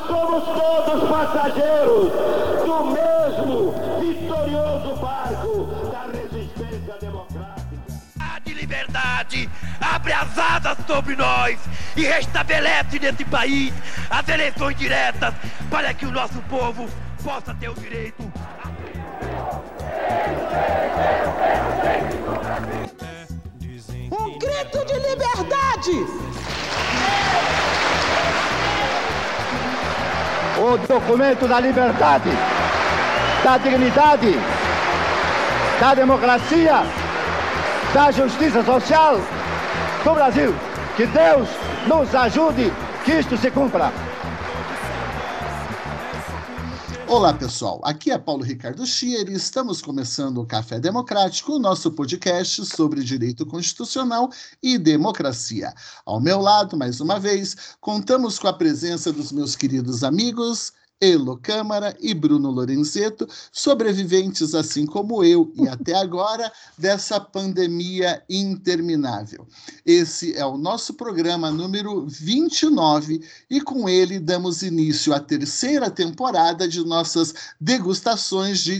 somos todos passageiros do mesmo vitorioso barco da resistência democrática. A de liberdade abre as asas sobre nós e restabelece nesse país as eleições diretas para que o nosso povo possa ter o direito a... Um grito de liberdade! O documento da liberdade, da dignidade, da democracia, da justiça social do Brasil. Que Deus nos ajude que isto se cumpra. Olá, pessoal. Aqui é Paulo Ricardo Schier e estamos começando o Café Democrático, o nosso podcast sobre direito constitucional e democracia. Ao meu lado, mais uma vez, contamos com a presença dos meus queridos amigos Elo Câmara e Bruno Lorenzetto, sobreviventes assim como eu e até agora dessa pandemia interminável. Esse é o nosso programa número 29 e com ele damos início à terceira temporada de nossas degustações de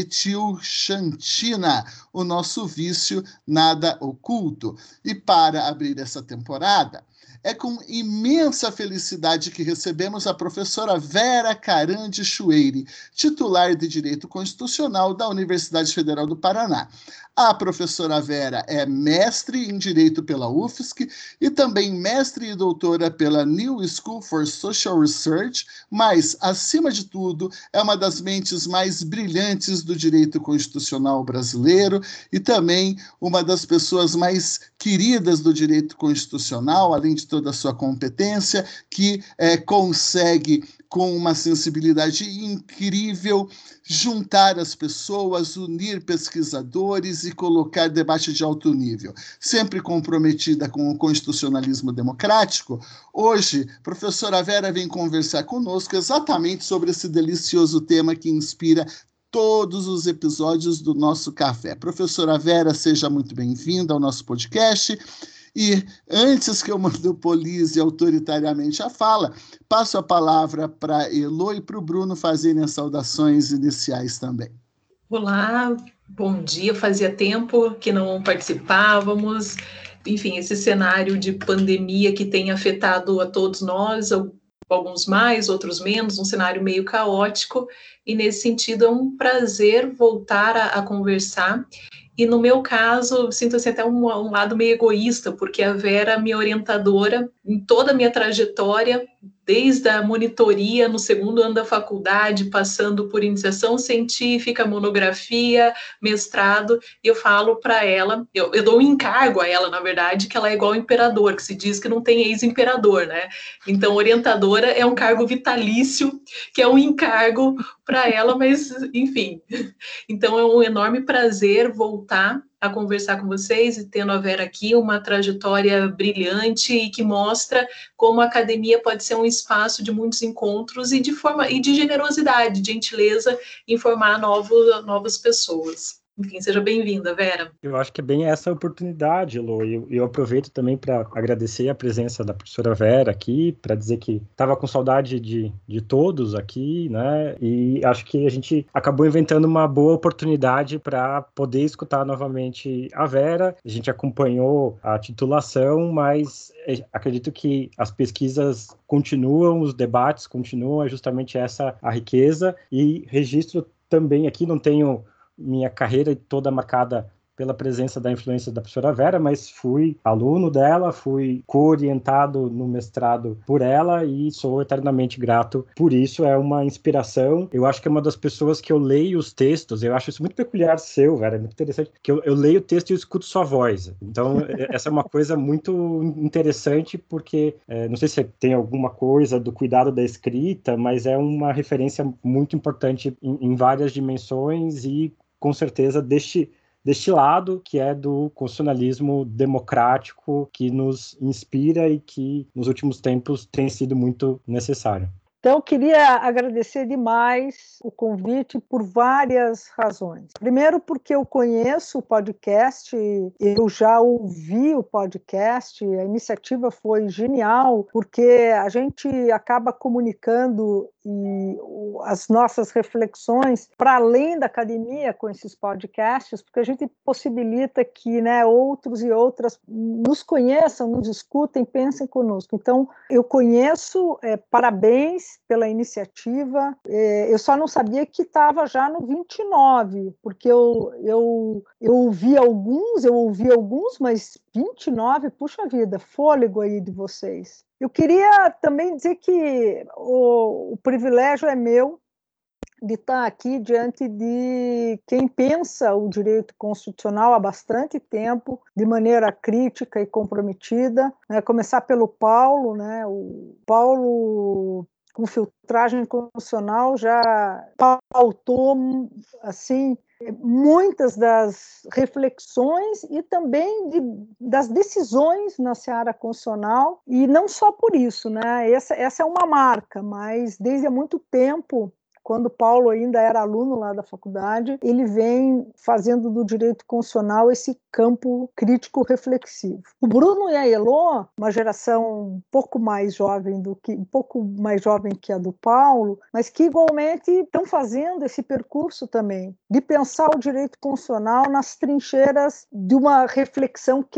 trimetilxantina, o nosso vício nada oculto. E para abrir essa temporada, é com imensa felicidade que recebemos a professora Vera Carandi Chueire, titular de Direito Constitucional da Universidade Federal do Paraná. A professora Vera é mestre em Direito pela UFSC e também mestre e doutora pela New School for Social Research, mas, acima de tudo, é uma das mentes mais brilhantes do direito constitucional brasileiro e também uma das pessoas mais queridas do direito constitucional, além de toda a sua competência, que consegue, com uma sensibilidade incrível, juntar as pessoas, unir pesquisadores e colocar debate de alto nível. Sempre comprometida com o constitucionalismo democrático, hoje, professora Vera vem conversar conosco exatamente sobre esse delicioso tema que inspira todos os episódios do nosso café. Professora Vera, seja muito bem-vinda ao nosso podcast. E antes que eu monopolize autoritariamente a fala, passo a palavra para Elo e para o Bruno fazerem as saudações iniciais também. Olá, bom dia. Fazia tempo que não participávamos. Enfim, esse cenário de pandemia que tem afetado a todos nós, alguns mais, outros menos, um cenário meio caótico. E nesse sentido é um prazer voltar a conversar. E no meu caso, sinto assim, até um lado meio egoísta, porque a Vera é minha orientadora em toda a minha trajetória, desde a monitoria no segundo ano da faculdade, passando por iniciação científica, monografia, mestrado, e eu falo para ela, eu dou um encargo a ela, na verdade, que ela é igual ao imperador, que se diz que não tem ex-imperador, né? Então, orientadora é um cargo vitalício, que é um encargo para ela, mas, enfim. Então, é um enorme prazer voltar a conversar com vocês e tendo a Vera aqui, uma trajetória brilhante e que mostra como a academia pode ser um espaço de muitos encontros e de generosidade, de gentileza em formar novas pessoas. Enfim, seja bem-vinda, Vera. Eu acho que é bem essa oportunidade, Elo. Eu aproveito também para agradecer a presença da professora Vera aqui, para dizer que estava com saudade de todos aqui, né? E acho que a gente acabou inventando uma boa oportunidade para poder escutar novamente a Vera. A gente acompanhou a titulação, mas acredito que as pesquisas continuam, os debates continuam, é justamente essa a riqueza. E registro também aqui, não tenho minha carreira toda marcada pela presença da influência da professora Vera, mas fui aluno dela, fui co-orientado no mestrado por ela e sou eternamente grato por isso, é uma inspiração. Eu acho que é uma das pessoas que eu leio os textos, eu acho isso muito peculiar seu, Vera, é muito interessante, que eu leio o texto e eu escuto sua voz. Então, essa é uma coisa muito interessante, porque não sei se tem alguma coisa do cuidado da escrita, mas é uma referência muito importante em várias dimensões e, com certeza, deste lado que é do constitucionalismo democrático que nos inspira e que nos últimos tempos tem sido muito necessário. Então, queria agradecer demais o convite por várias razões. Primeiro, porque eu conheço o podcast, eu já ouvi o podcast, a iniciativa foi genial, porque a gente acaba comunicando as nossas reflexões para além da academia com esses podcasts, porque a gente possibilita que, né, outros e outras nos conheçam, nos escutem, pensem conosco. Então, eu conheço, parabéns pela iniciativa. Eu só não sabia que estava já no 29, porque eu ouvi alguns, mas 29, puxa vida, fôlego aí de vocês. Eu queria também dizer que o privilégio é meu de estar aqui diante de quem pensa o direito constitucional há bastante tempo, de maneira crítica e comprometida, né? Começar pelo Paulo, né? O Paulo, com filtragem constitucional, já pautou assim muitas das reflexões e também das decisões na seara constitucional, e não só por isso, né? Essa é uma marca, mas desde há muito tempo, quando Paulo ainda era aluno lá da faculdade, ele vem fazendo do direito constitucional esse campo crítico reflexivo. O Bruno e a Elô, uma geração um pouco mais jovem que a do Paulo, mas que igualmente estão fazendo esse percurso também, de pensar o direito constitucional nas trincheiras de uma reflexão que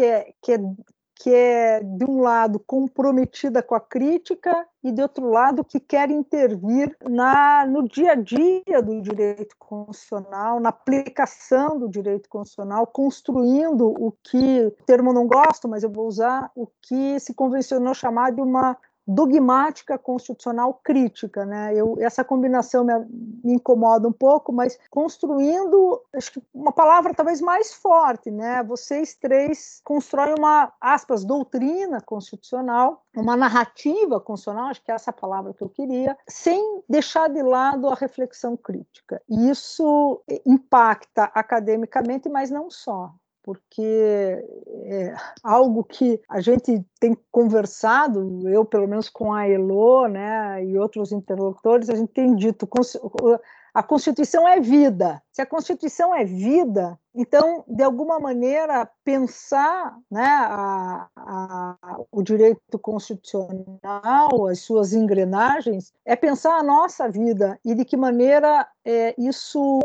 é, de um lado, comprometida com a crítica e, de outro lado, que quer intervir no dia a dia do direito constitucional, na aplicação do direito constitucional, construindo o que, o termo não gosto, mas eu vou usar, o que se convencionou chamar de uma dogmática constitucional crítica, né? Essa combinação me incomoda um pouco, mas construindo, acho que uma palavra talvez mais forte, né? Vocês três constroem uma, aspas, doutrina constitucional, uma narrativa constitucional, acho que é essa palavra que eu queria, sem deixar de lado a reflexão crítica. E isso impacta academicamente, mas não só, porque é algo que a gente tem conversado, eu pelo menos com a Elô, né, e outros interlocutores, a gente tem dito, a Constituição é vida. Se a Constituição é vida, então, de alguma maneira, pensar, né, o direito constitucional, as suas engrenagens, é pensar a nossa vida e de que maneira isso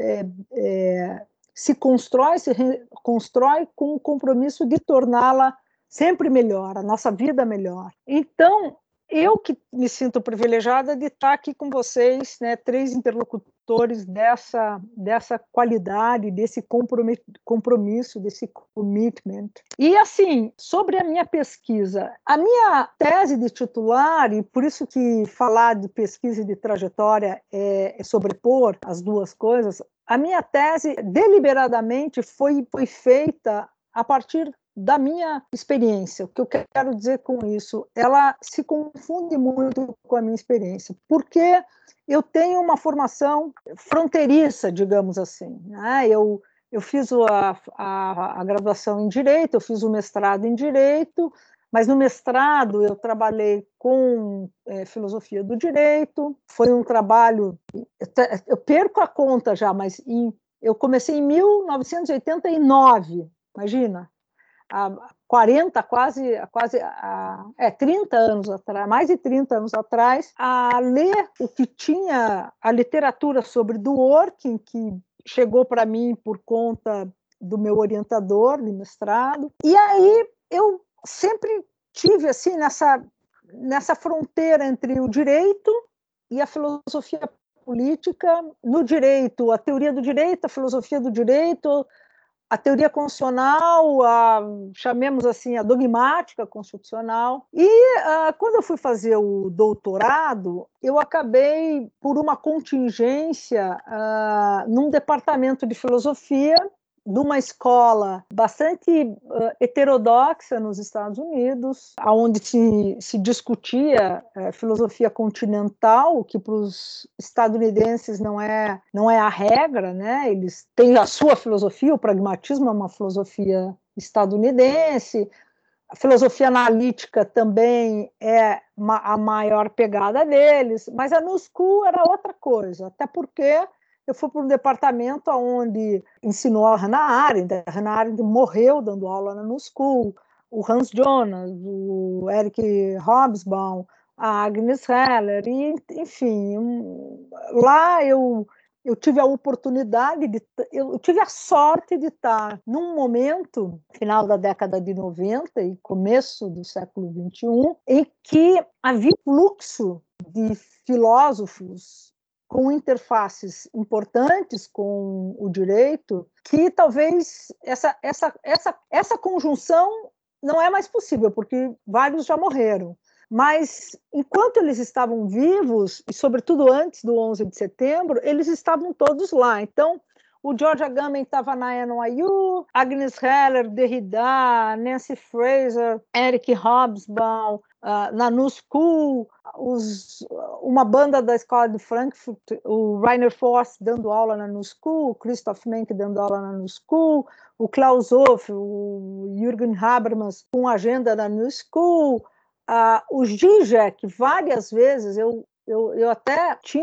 se constrói com o compromisso de torná-la sempre melhor, a nossa vida melhor. Então, eu que me sinto privilegiada de estar aqui com vocês, né, três interlocutores dessa qualidade, desse compromisso, desse commitment. E, assim, sobre a minha pesquisa, a minha tese de titular, e por isso que falar de pesquisa e de trajetória é sobrepor as duas coisas, a minha tese deliberadamente foi feita a partir da minha experiência. O que eu quero dizer com isso? Ela se confunde muito com a minha experiência, porque eu tenho uma formação fronteiriça, digamos assim, né? Eu fiz a graduação em Direito, eu fiz o mestrado em Direito, mas no mestrado eu trabalhei com filosofia do direito, foi um trabalho, eu perco a conta já, mas eu comecei em 1989, imagina, há 30 anos atrás, mais de 30 anos atrás, a ler o que tinha a literatura sobre Dworkin, que chegou para mim por conta do meu orientador de mestrado, e aí eu sempre tive assim nessa fronteira entre o direito e a filosofia política. No direito, a teoria do direito, a filosofia do direito, a teoria constitucional, chamemos assim, a dogmática constitucional. E quando eu fui fazer o doutorado, eu acabei, por uma contingência, num departamento de filosofia de uma escola bastante heterodoxa nos Estados Unidos, onde se discutia filosofia continental, que para os estadunidenses não é a regra, né? Eles têm a sua filosofia, o pragmatismo é uma filosofia estadunidense, a filosofia analítica também é a maior pegada deles, mas a New School era outra coisa, até porque eu fui para um departamento onde ensinou a Hannah Arendt. A Hannah Arendt morreu dando aula na New School, o Hans Jonas, o Eric Hobsbawm, a Agnes Heller, e, enfim, lá eu tive a oportunidade, eu tive a sorte de estar num momento, final da década de 90 e começo do século XXI, em que havia fluxo de filósofos com interfaces importantes com o direito, que talvez essa conjunção não é mais possível, porque vários já morreram. Mas, enquanto eles estavam vivos, e sobretudo antes do 11 de setembro, eles estavam todos lá. Então, o George Agamben estava na NYU, Agnes Heller, Derrida, Nancy Fraser, Eric Hobsbawm, na New School, uma banda da escola de Frankfurt, o Rainer Forst dando aula na New School, o Christoph Menck dando aula na New School, o Klaus Hoff, o Jürgen Habermas com agenda na New School, o Zizek, várias vezes, eu até tinha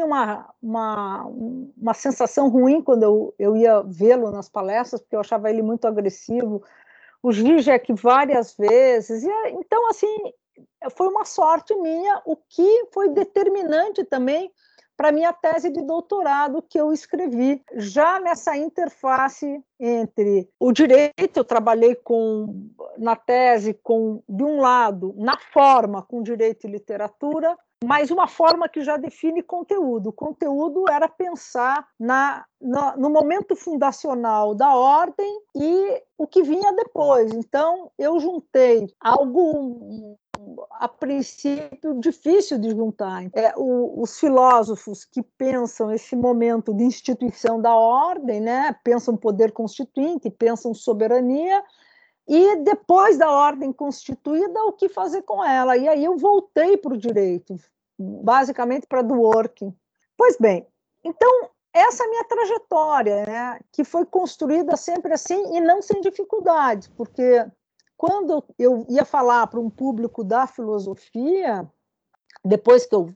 uma sensação ruim quando eu ia vê-lo nas palestras, porque eu achava ele muito agressivo. O Zizek várias vezes. Então, assim, foi uma sorte minha, o que foi determinante também para a minha tese de doutorado que eu escrevi, já nessa interface entre o direito. Eu trabalhei na tese de um lado, na forma, com direito e literatura, mas uma forma que já define conteúdo. O conteúdo era pensar no momento fundacional da ordem e o que vinha depois. Então, eu juntei algo, a princípio, difícil de juntar. Os filósofos que pensam esse momento de instituição da ordem, né? Pensam poder constituinte, pensam soberania, e depois da ordem constituída, o que fazer com ela? E aí eu voltei para o direito, basicamente para do working. Pois bem, então, essa é a minha trajetória, né? Que foi construída sempre assim e não sem dificuldades, porque quando eu ia falar para um público da filosofia, depois que eu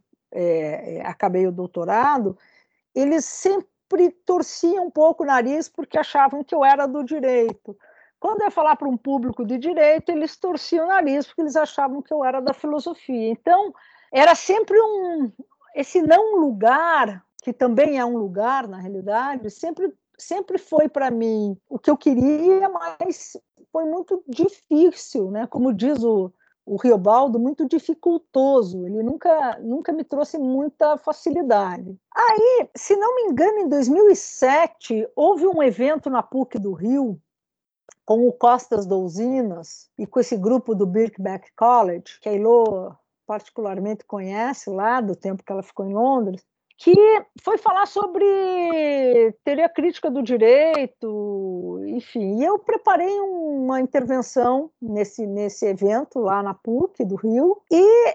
acabei o doutorado, eles sempre torciam um pouco o nariz porque achavam que eu era do direito. Quando eu ia falar para um público de direito, eles torciam o nariz porque eles achavam que eu era da filosofia. Então, era sempre esse não lugar, que também é um lugar, na realidade, sempre foi para mim o que eu queria, mas foi muito difícil, né? Como diz o Riobaldo, muito dificultoso. Ele nunca me trouxe muita facilidade. Aí, se não me engano, em 2007, houve um evento na PUC do Rio, com o Costas Douzinas e com esse grupo do Birkbeck College, que a Ilô particularmente conhece lá, do tempo que ela ficou em Londres, que foi falar sobre teoria crítica do direito, enfim. E eu preparei uma intervenção nesse evento lá na PUC do Rio, e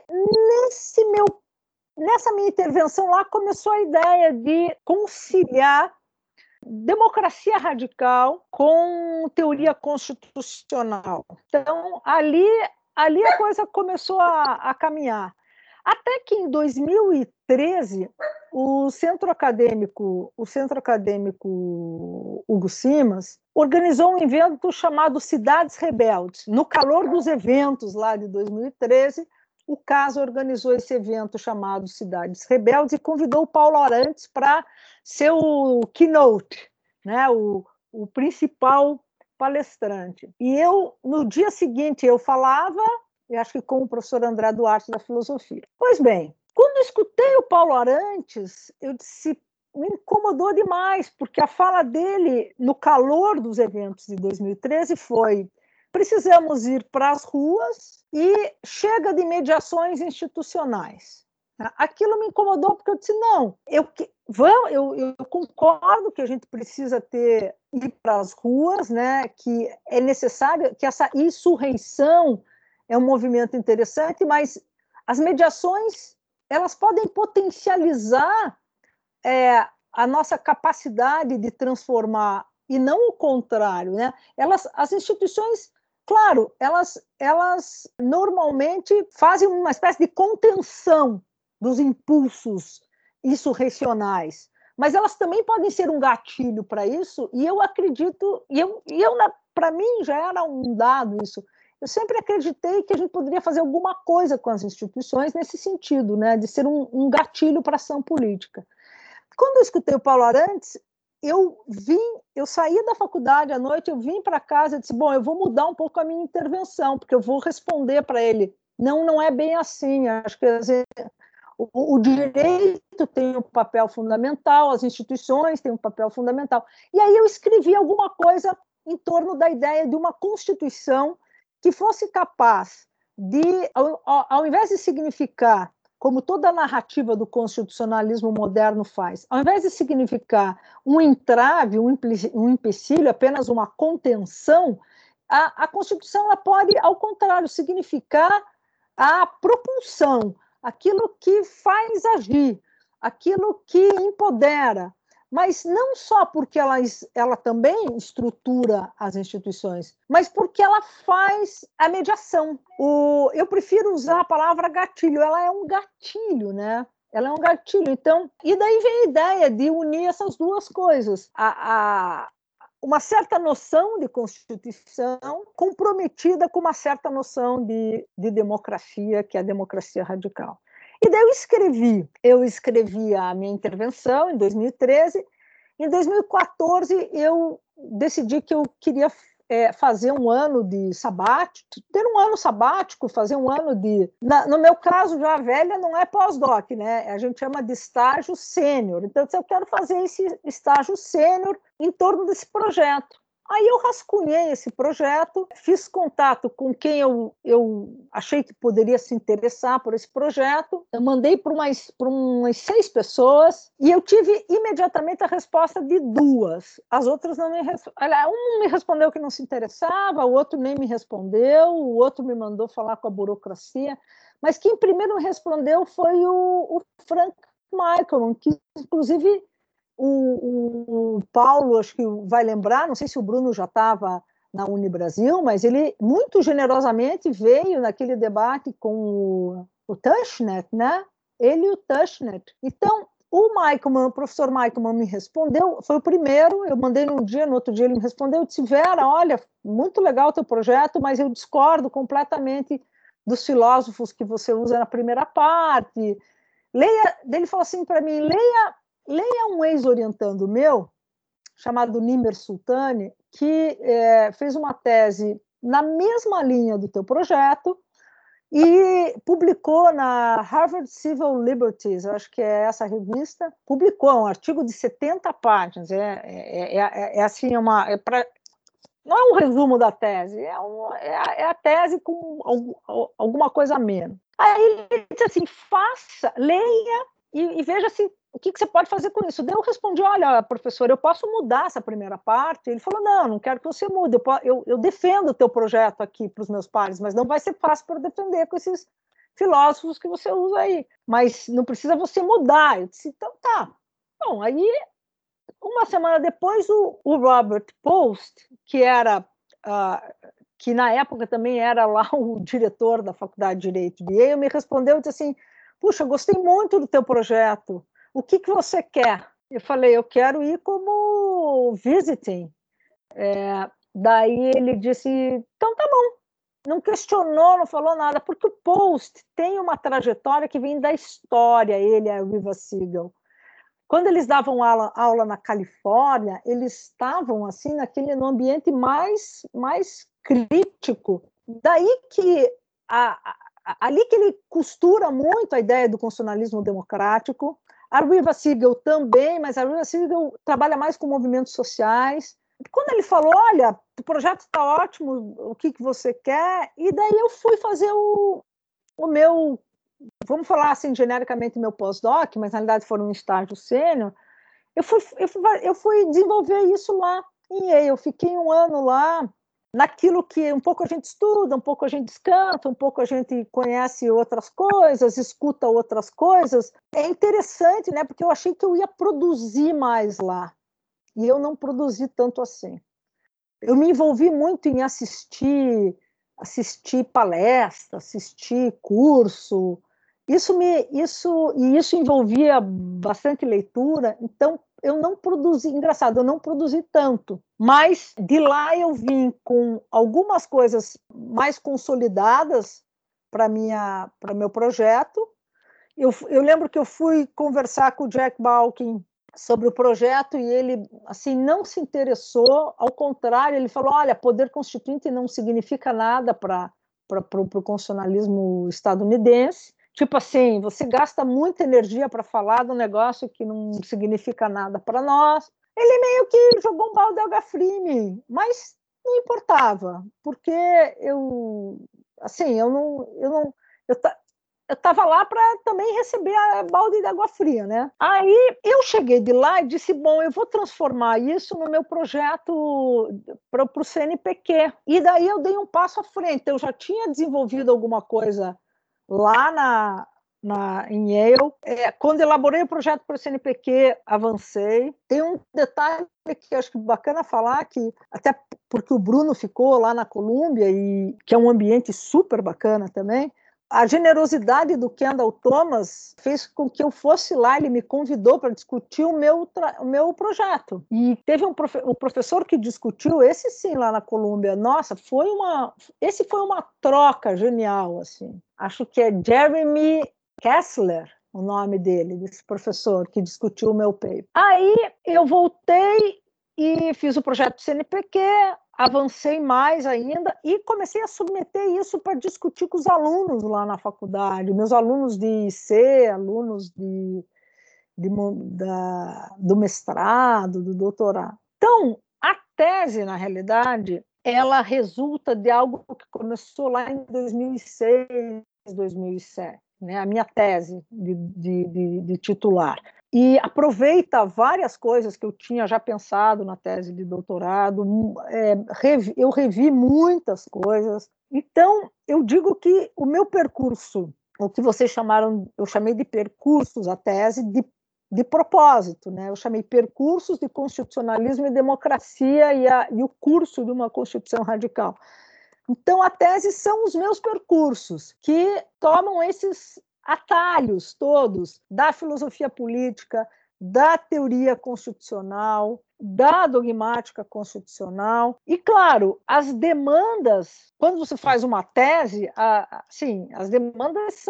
nessa minha intervenção lá começou a ideia de conciliar democracia radical com teoria constitucional. Então, ali a coisa começou a caminhar. Até que em 2013, o Centro Acadêmico Hugo Simas organizou um evento chamado Cidades Rebeldes. No calor dos eventos lá de 2013, o CASA organizou esse evento chamado Cidades Rebeldes e convidou o Paulo Arantes para ser o keynote, né, o principal palestrante. E no dia seguinte, eu falava, eu acho que com o professor André Duarte da filosofia. Pois bem, quando eu escutei o Paulo Arantes, eu disse, me incomodou demais, porque a fala dele, no calor dos eventos de 2013, foi: precisamos ir para as ruas e chega de mediações institucionais. Aquilo me incomodou, porque eu disse, não, eu concordo que a gente precisa ir para as ruas, né, que é necessário, que essa insurreição é um movimento interessante, mas as mediações, elas podem potencializar a nossa capacidade de transformar, e não o contrário, né? As instituições claro, elas normalmente fazem uma espécie de contenção dos impulsos insurrecionais, mas elas também podem ser um gatilho para isso, e eu acredito, para mim já era um dado isso. Eu sempre acreditei que a gente poderia fazer alguma coisa com as instituições nesse sentido, né, de ser um gatilho para a ação política. Quando eu escutei o Paulo Arantes, eu saí da faculdade à noite, eu vim para casa e disse, bom, eu vou mudar um pouco a minha intervenção, porque eu vou responder para ele. Não é bem assim, acho que o direito tem um papel fundamental, as instituições têm um papel fundamental. E aí eu escrevi alguma coisa em torno da ideia de uma Constituição que fosse capaz de, ao invés de significar, como toda a narrativa do constitucionalismo moderno faz, ao invés de significar um entrave, um empecilho, apenas uma contenção, a Constituição ela pode, ao contrário, significar a propulsão, aquilo que faz agir, aquilo que empodera, mas não só porque ela também estrutura as instituições, mas porque ela faz a mediação. Eu prefiro usar a palavra gatilho, ela é um gatilho, né? Ela é um gatilho. Então, e daí vem a ideia de unir essas duas coisas. Uma certa noção de Constituição comprometida com uma certa noção de democracia, que é a democracia radical. E daí eu escrevi a minha intervenção em 2013. Em 2014, eu decidi que eu queria fazer um ano de sabático, ter um ano sabático, fazer um ano de... No meu caso, já a velha não é pós-doc, né? A gente chama de estágio sênior. Então, eu quero fazer esse estágio sênior em torno desse projeto. Aí eu rascunhei esse projeto, fiz contato com quem eu achei que poderia se interessar por esse projeto, eu mandei para umas 6 pessoas e eu tive imediatamente a resposta de 2. As outras não me responderam. Um me respondeu que não se interessava, o outro nem me respondeu, o outro me mandou falar com a burocracia, mas quem primeiro me respondeu foi o Frank Michelman, que inclusive... O Paulo, acho que vai lembrar, não sei se o Bruno já estava na Unibrasil, mas ele muito generosamente veio naquele debate com o Tushnet, né? Ele e o Tushnet. Então, o professor Michelman me respondeu, foi o primeiro, eu mandei num dia, no outro dia ele me respondeu, eu disse, Vera, olha, muito legal o teu projeto, mas eu discordo completamente dos filósofos que você usa na primeira parte. Ele falou assim para mim, leia um ex-orientando meu, chamado Nimer Sultani, que fez uma tese na mesma linha do teu projeto e publicou na Harvard Civil Liberties, eu acho que é essa revista, publicou um artigo de 70 páginas, assim, não é um resumo da tese, é a tese com alguma coisa a menos. Aí ele disse assim, leia e veja se o que você pode fazer com isso? Daí eu respondi, olha, professor, eu posso mudar essa primeira parte? Ele falou, não quero que você mude, eu defendo o teu projeto aqui para os meus pares, mas não vai ser fácil para defender com esses filósofos que você usa aí, mas não precisa você mudar. Eu disse, então tá. Bom, aí, uma semana depois, o Robert Post, que na época também era lá o diretor da Faculdade de Direito de Yale, me respondeu e disse assim, puxa, gostei muito do teu projeto, o que você quer? Eu falei, eu quero ir como visiting. Daí ele disse, então tá bom. Não questionou, não falou nada, porque o Post tem uma trajetória que vem da história, ele e a Riva Siegel. Quando eles davam aula na Califórnia, eles estavam assim no ambiente mais crítico. Daí que ali que ele costura muito a ideia do constitucionalismo democrático. A Riva Siegel também, mas a Riva Siegel trabalha mais com movimentos sociais. Quando ele falou, olha, o projeto está ótimo, o que você quer? E daí eu fui fazer o meu, vamos falar assim genericamente, meu pós-doc, mas na realidade foi um estágio sênior. Eu fui desenvolver isso lá em Yale. Eu fiquei um ano lá, naquilo que um pouco a gente estuda, um pouco a gente descanta, um pouco a gente conhece outras coisas, escuta outras coisas. É interessante, né? Porque eu achei que eu ia produzir mais lá. E eu não produzi tanto assim. eu me envolvi muito em assistir palestra, assistir curso. Isso envolvia bastante leitura, então eu não produzi, engraçado, eu não produzi tanto, mas de lá eu vim com algumas coisas mais consolidadas para meu projeto. Eu lembro que eu fui conversar com o Jack Balkin sobre o projeto e ele assim não se interessou, ao contrário, ele falou: olha, poder constituinte não significa nada para o constitucionalismo estadunidense. Tipo assim, você gasta muita energia para falar de um negócio que não significa nada para nós. Ele meio que jogou um balde de água fria em mim, mas não importava, porque eu estava lá para também receber a balde de água fria, né? Aí eu cheguei de lá e disse, bom, eu vou transformar isso no meu projeto para o CNPq. E daí eu dei um passo à frente. Eu já tinha desenvolvido alguma coisa lá em Yale. Quando elaborei o projeto para o CNPq, avancei. Tem um detalhe que acho que é bacana falar, que até porque o Bruno ficou lá na Colômbia, e que é um ambiente super bacana também, a generosidade do Kendall Thomas fez com que eu fosse lá, ele me convidou para discutir o meu projeto. E teve um professor que discutiu, esse sim, lá na Colômbia. Nossa, esse foi uma troca genial, assim. Acho que é Jeremy Kessler, o nome dele, desse professor que discutiu o meu paper. Aí eu voltei e fiz o projeto do CNPq, avancei mais ainda e comecei a submeter isso para discutir com os alunos lá na faculdade, meus alunos de IC, alunos do mestrado, do doutorado. Então, a tese, na realidade, ela resulta de algo que começou lá em 2006, 2007, né? A minha tese de titular. E aproveita várias coisas que eu tinha já pensado na tese de doutorado, eu revi muitas coisas. Então, eu digo que o meu percurso, o que vocês chamaram, eu chamei de percursos, a tese de propósito, né? Eu chamei percursos de constitucionalismo e democracia e o curso de uma Constituição radical. Então, a tese são os meus percursos, que tomam esses atalhos todos da filosofia política, da teoria constitucional, da dogmática constitucional. E, claro, as demandas, quando você faz uma tese, as demandas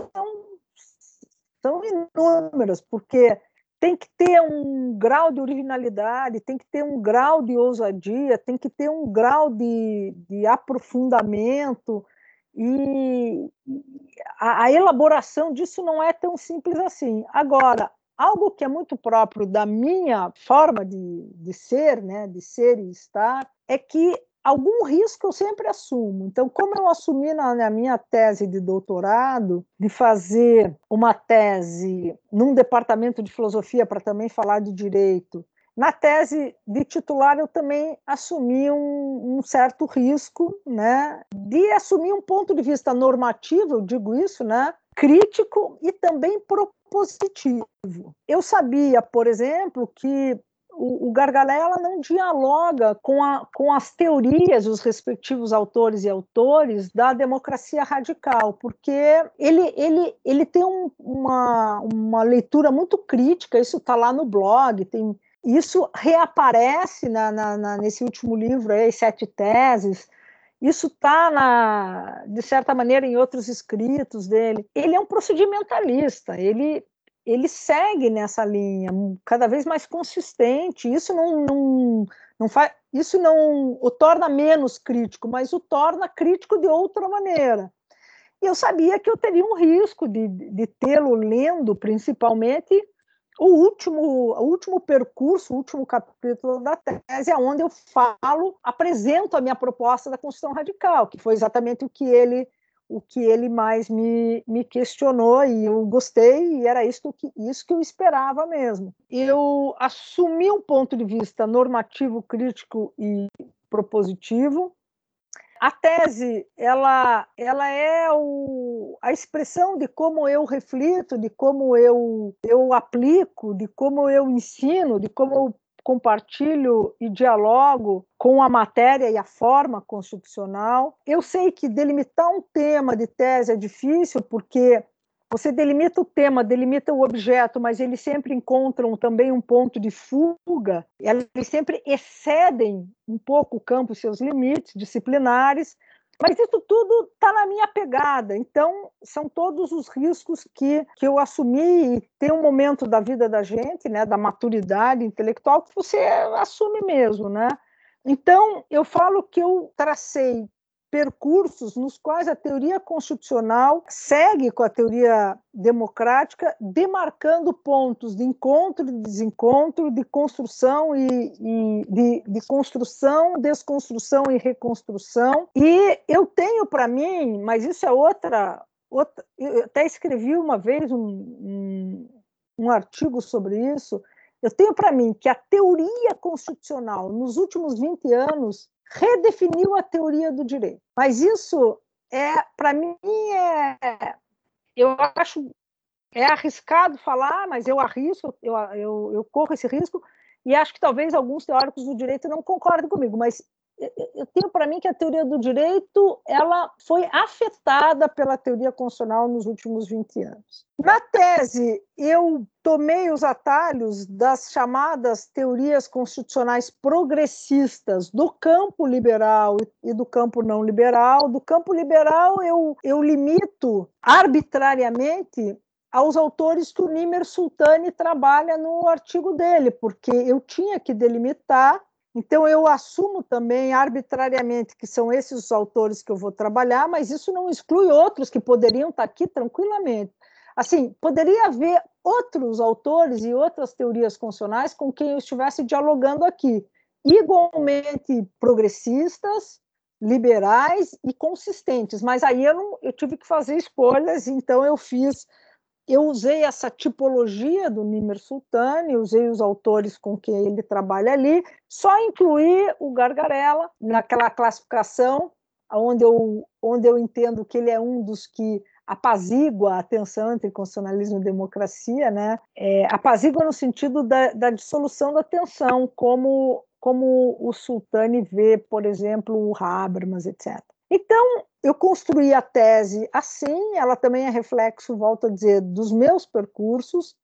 são inúmeras, porque tem que ter um grau de originalidade, tem que ter um grau de ousadia, tem que ter um grau de aprofundamento, e a elaboração disso não é tão simples assim. Agora, algo que é muito próprio da minha forma de ser, né, de ser e estar, é que algum risco eu sempre assumo. Então, como eu assumi na minha tese de doutorado, de fazer uma tese num departamento de filosofia para também falar de direito, na tese de titular eu também assumi um certo risco, né, de assumir um ponto de vista normativo, eu digo isso, né, crítico e também propositivo. Eu sabia, por exemplo, que o Gargalella não dialoga com as teorias dos respectivos autores e autores da democracia radical, porque ele tem uma leitura muito crítica, isso está lá no blog, isso reaparece nesse último livro, aí, 7 Teses, isso está, de certa maneira, em outros escritos dele. Ele é um procedimentalista, ele segue nessa linha cada vez mais consistente. Isso não o torna menos crítico, mas o torna crítico de outra maneira. E eu sabia que eu teria um risco de tê-lo lendo, principalmente, o último percurso, o último capítulo da tese, é onde eu apresento a minha proposta da Constituição Radical, que foi exatamente o que ele mais me questionou, e eu gostei, e era isso que eu esperava mesmo. Eu assumi um ponto de vista normativo, crítico e propositivo. A tese, ela é a expressão de como eu reflito, de como eu aplico, de como eu ensino, de como eu compartilho e dialogo com a matéria e a forma constitucional. Eu sei que delimitar um tema de tese é difícil, porque você delimita o tema, delimita o objeto, mas eles sempre encontram também um ponto de fuga, eles sempre excedem um pouco o campo e seus limites disciplinares, mas isso tudo está na minha pegada. Então, são todos os riscos que eu assumi, e tem um momento da vida da gente, né, da maturidade intelectual, que você assume mesmo, né? Então, eu falo que eu tracei percursos nos quais a teoria constitucional segue com a teoria democrática, demarcando pontos de encontro e desencontro, de construção de construção, desconstrução e reconstrução. E eu tenho para mim, mas isso é outra. Eu até escrevi uma vez um artigo sobre isso. Eu tenho para mim que a teoria constitucional, nos últimos 20 anos, redefiniu a teoria do direito. Mas isso, para mim, eu acho arriscado falar, mas eu arrisco, eu corro esse risco, e acho que talvez alguns teóricos do direito não concordem comigo, mas eu tenho para mim que a teoria do direito ela foi afetada pela teoria constitucional nos últimos 20 anos. Na tese, eu tomei os atalhos das chamadas teorias constitucionais progressistas do campo liberal e do campo não liberal. Do campo liberal, eu limito arbitrariamente aos autores que o Nimer Sultany trabalha no artigo dele, porque eu tinha que delimitar. Então, eu assumo também arbitrariamente que são esses os autores que eu vou trabalhar, mas isso não exclui outros que poderiam estar aqui tranquilamente. Assim, poderia haver outros autores e outras teorias constitucionais com quem eu estivesse dialogando aqui, igualmente progressistas, liberais e consistentes, mas aí eu tive que fazer escolhas, então eu usei essa tipologia do Nimer Sultany, usei os autores com quem ele trabalha ali, só incluí o Gargarella naquela classificação onde eu entendo que ele é um dos que apazigua a tensão entre constitucionalismo e democracia, né? Apazigua no sentido da dissolução da tensão, como o Sultany vê, por exemplo, o Habermas, etc. Então, eu construí a tese assim, ela também é reflexo, volto a dizer, dos meus percursos.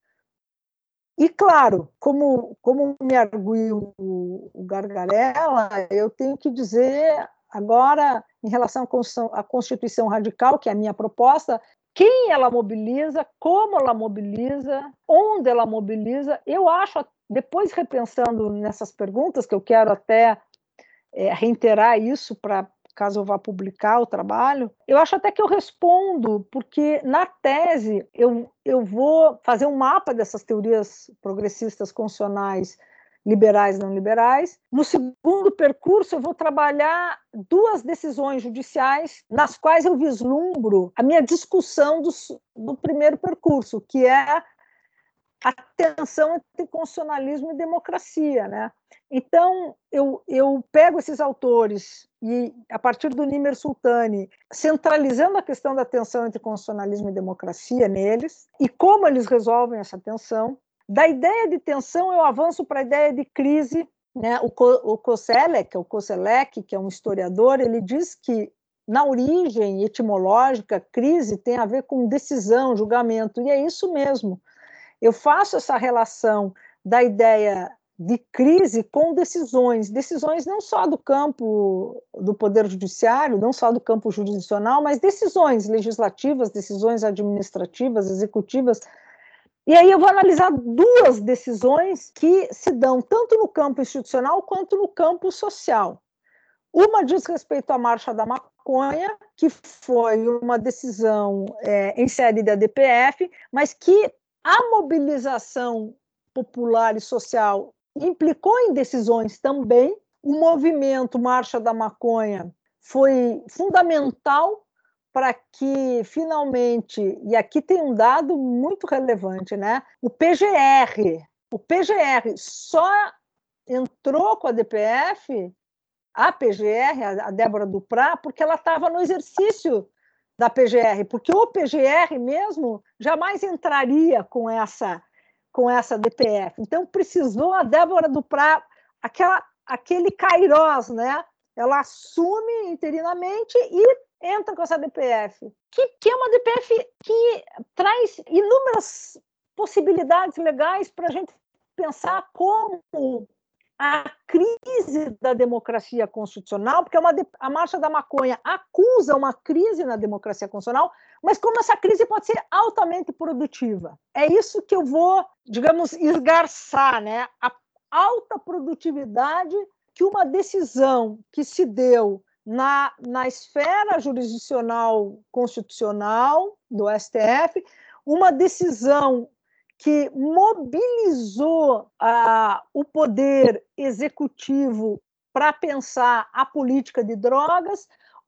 E, claro, como me arguiu o Gargarella, eu tenho que dizer agora, em relação à Constituição Radical, que é a minha proposta, quem ela mobiliza, como ela mobiliza, onde ela mobiliza. Eu acho, depois repensando nessas perguntas, que eu quero até reiterar isso para caso eu vá publicar o trabalho, eu acho até que eu respondo, porque na tese eu vou fazer um mapa dessas teorias progressistas constitucionais, liberais e não liberais. No segundo percurso, eu vou trabalhar duas decisões judiciais nas quais eu vislumbro a minha discussão do primeiro percurso, que é a tensão entre constitucionalismo e democracia, né? Então, eu pego esses autores e, a partir do Nimer Sultany, centralizando a questão da tensão entre constitucionalismo e democracia neles, e como eles resolvem essa tensão. Da ideia de tensão, eu avanço para a ideia de crise, né? O Koselleck, que é um historiador, ele diz que, na origem etimológica, crise tem a ver com decisão, julgamento, e é isso mesmo. Eu faço essa relação da ideia de crise com decisões não só do campo do Poder Judiciário, não só do campo jurisdicional, mas decisões legislativas, decisões administrativas, executivas. E aí eu vou analisar duas decisões que se dão tanto no campo institucional quanto no campo social. Uma diz respeito à marcha da maconha, que foi uma decisão em série da DPF, mas que a mobilização popular e social implicou em decisões também. O movimento Marcha da Maconha foi fundamental para que, finalmente, e aqui tem um dado muito relevante, né? O PGR só entrou com a DPF, a PGR, a Débora Duprá, porque ela estava no exercício da PGR, porque o PGR mesmo jamais entraria com essa com essa DPF. Então, precisou a Débora Duprá, aquele kairós, né? Ela assume interinamente e entra com essa DPF, que é uma DPF que traz inúmeras possibilidades legais para a gente pensar como a crise da democracia constitucional, porque a Marcha da Maconha acusa uma crise na democracia constitucional, mas como essa crise pode ser altamente produtiva. É isso que eu vou, digamos, esgarçar, né? A alta produtividade que uma decisão que se deu na esfera jurisdicional constitucional do STF, uma decisão que mobilizou o poder executivo para pensar a política de drogas,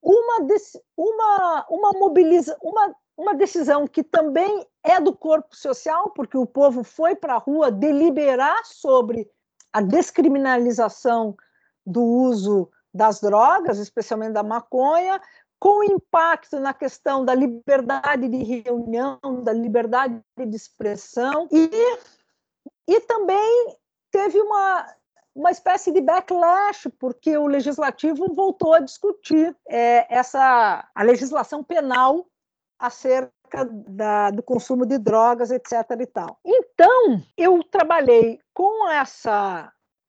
uma decisão que também é do corpo social, porque o povo foi para a rua deliberar sobre a descriminalização do uso das drogas, especialmente da maconha, com impacto na questão da liberdade de reunião, da liberdade de expressão, e também teve uma espécie de backlash, porque o legislativo voltou a discutir a legislação penal acerca do consumo de drogas, etc. e tal. Então, eu trabalhei com essa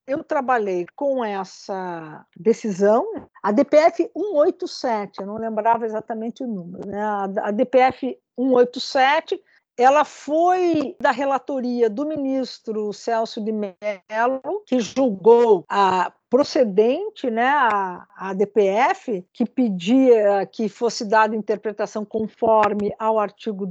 decisão, a DPF 187, eu não lembrava exatamente o número, né? A DPF 187, ela foi da relatoria do ministro Celso de Mello, que julgou a procedente, né, a DPF, que pedia que fosse dada interpretação conforme ao artigo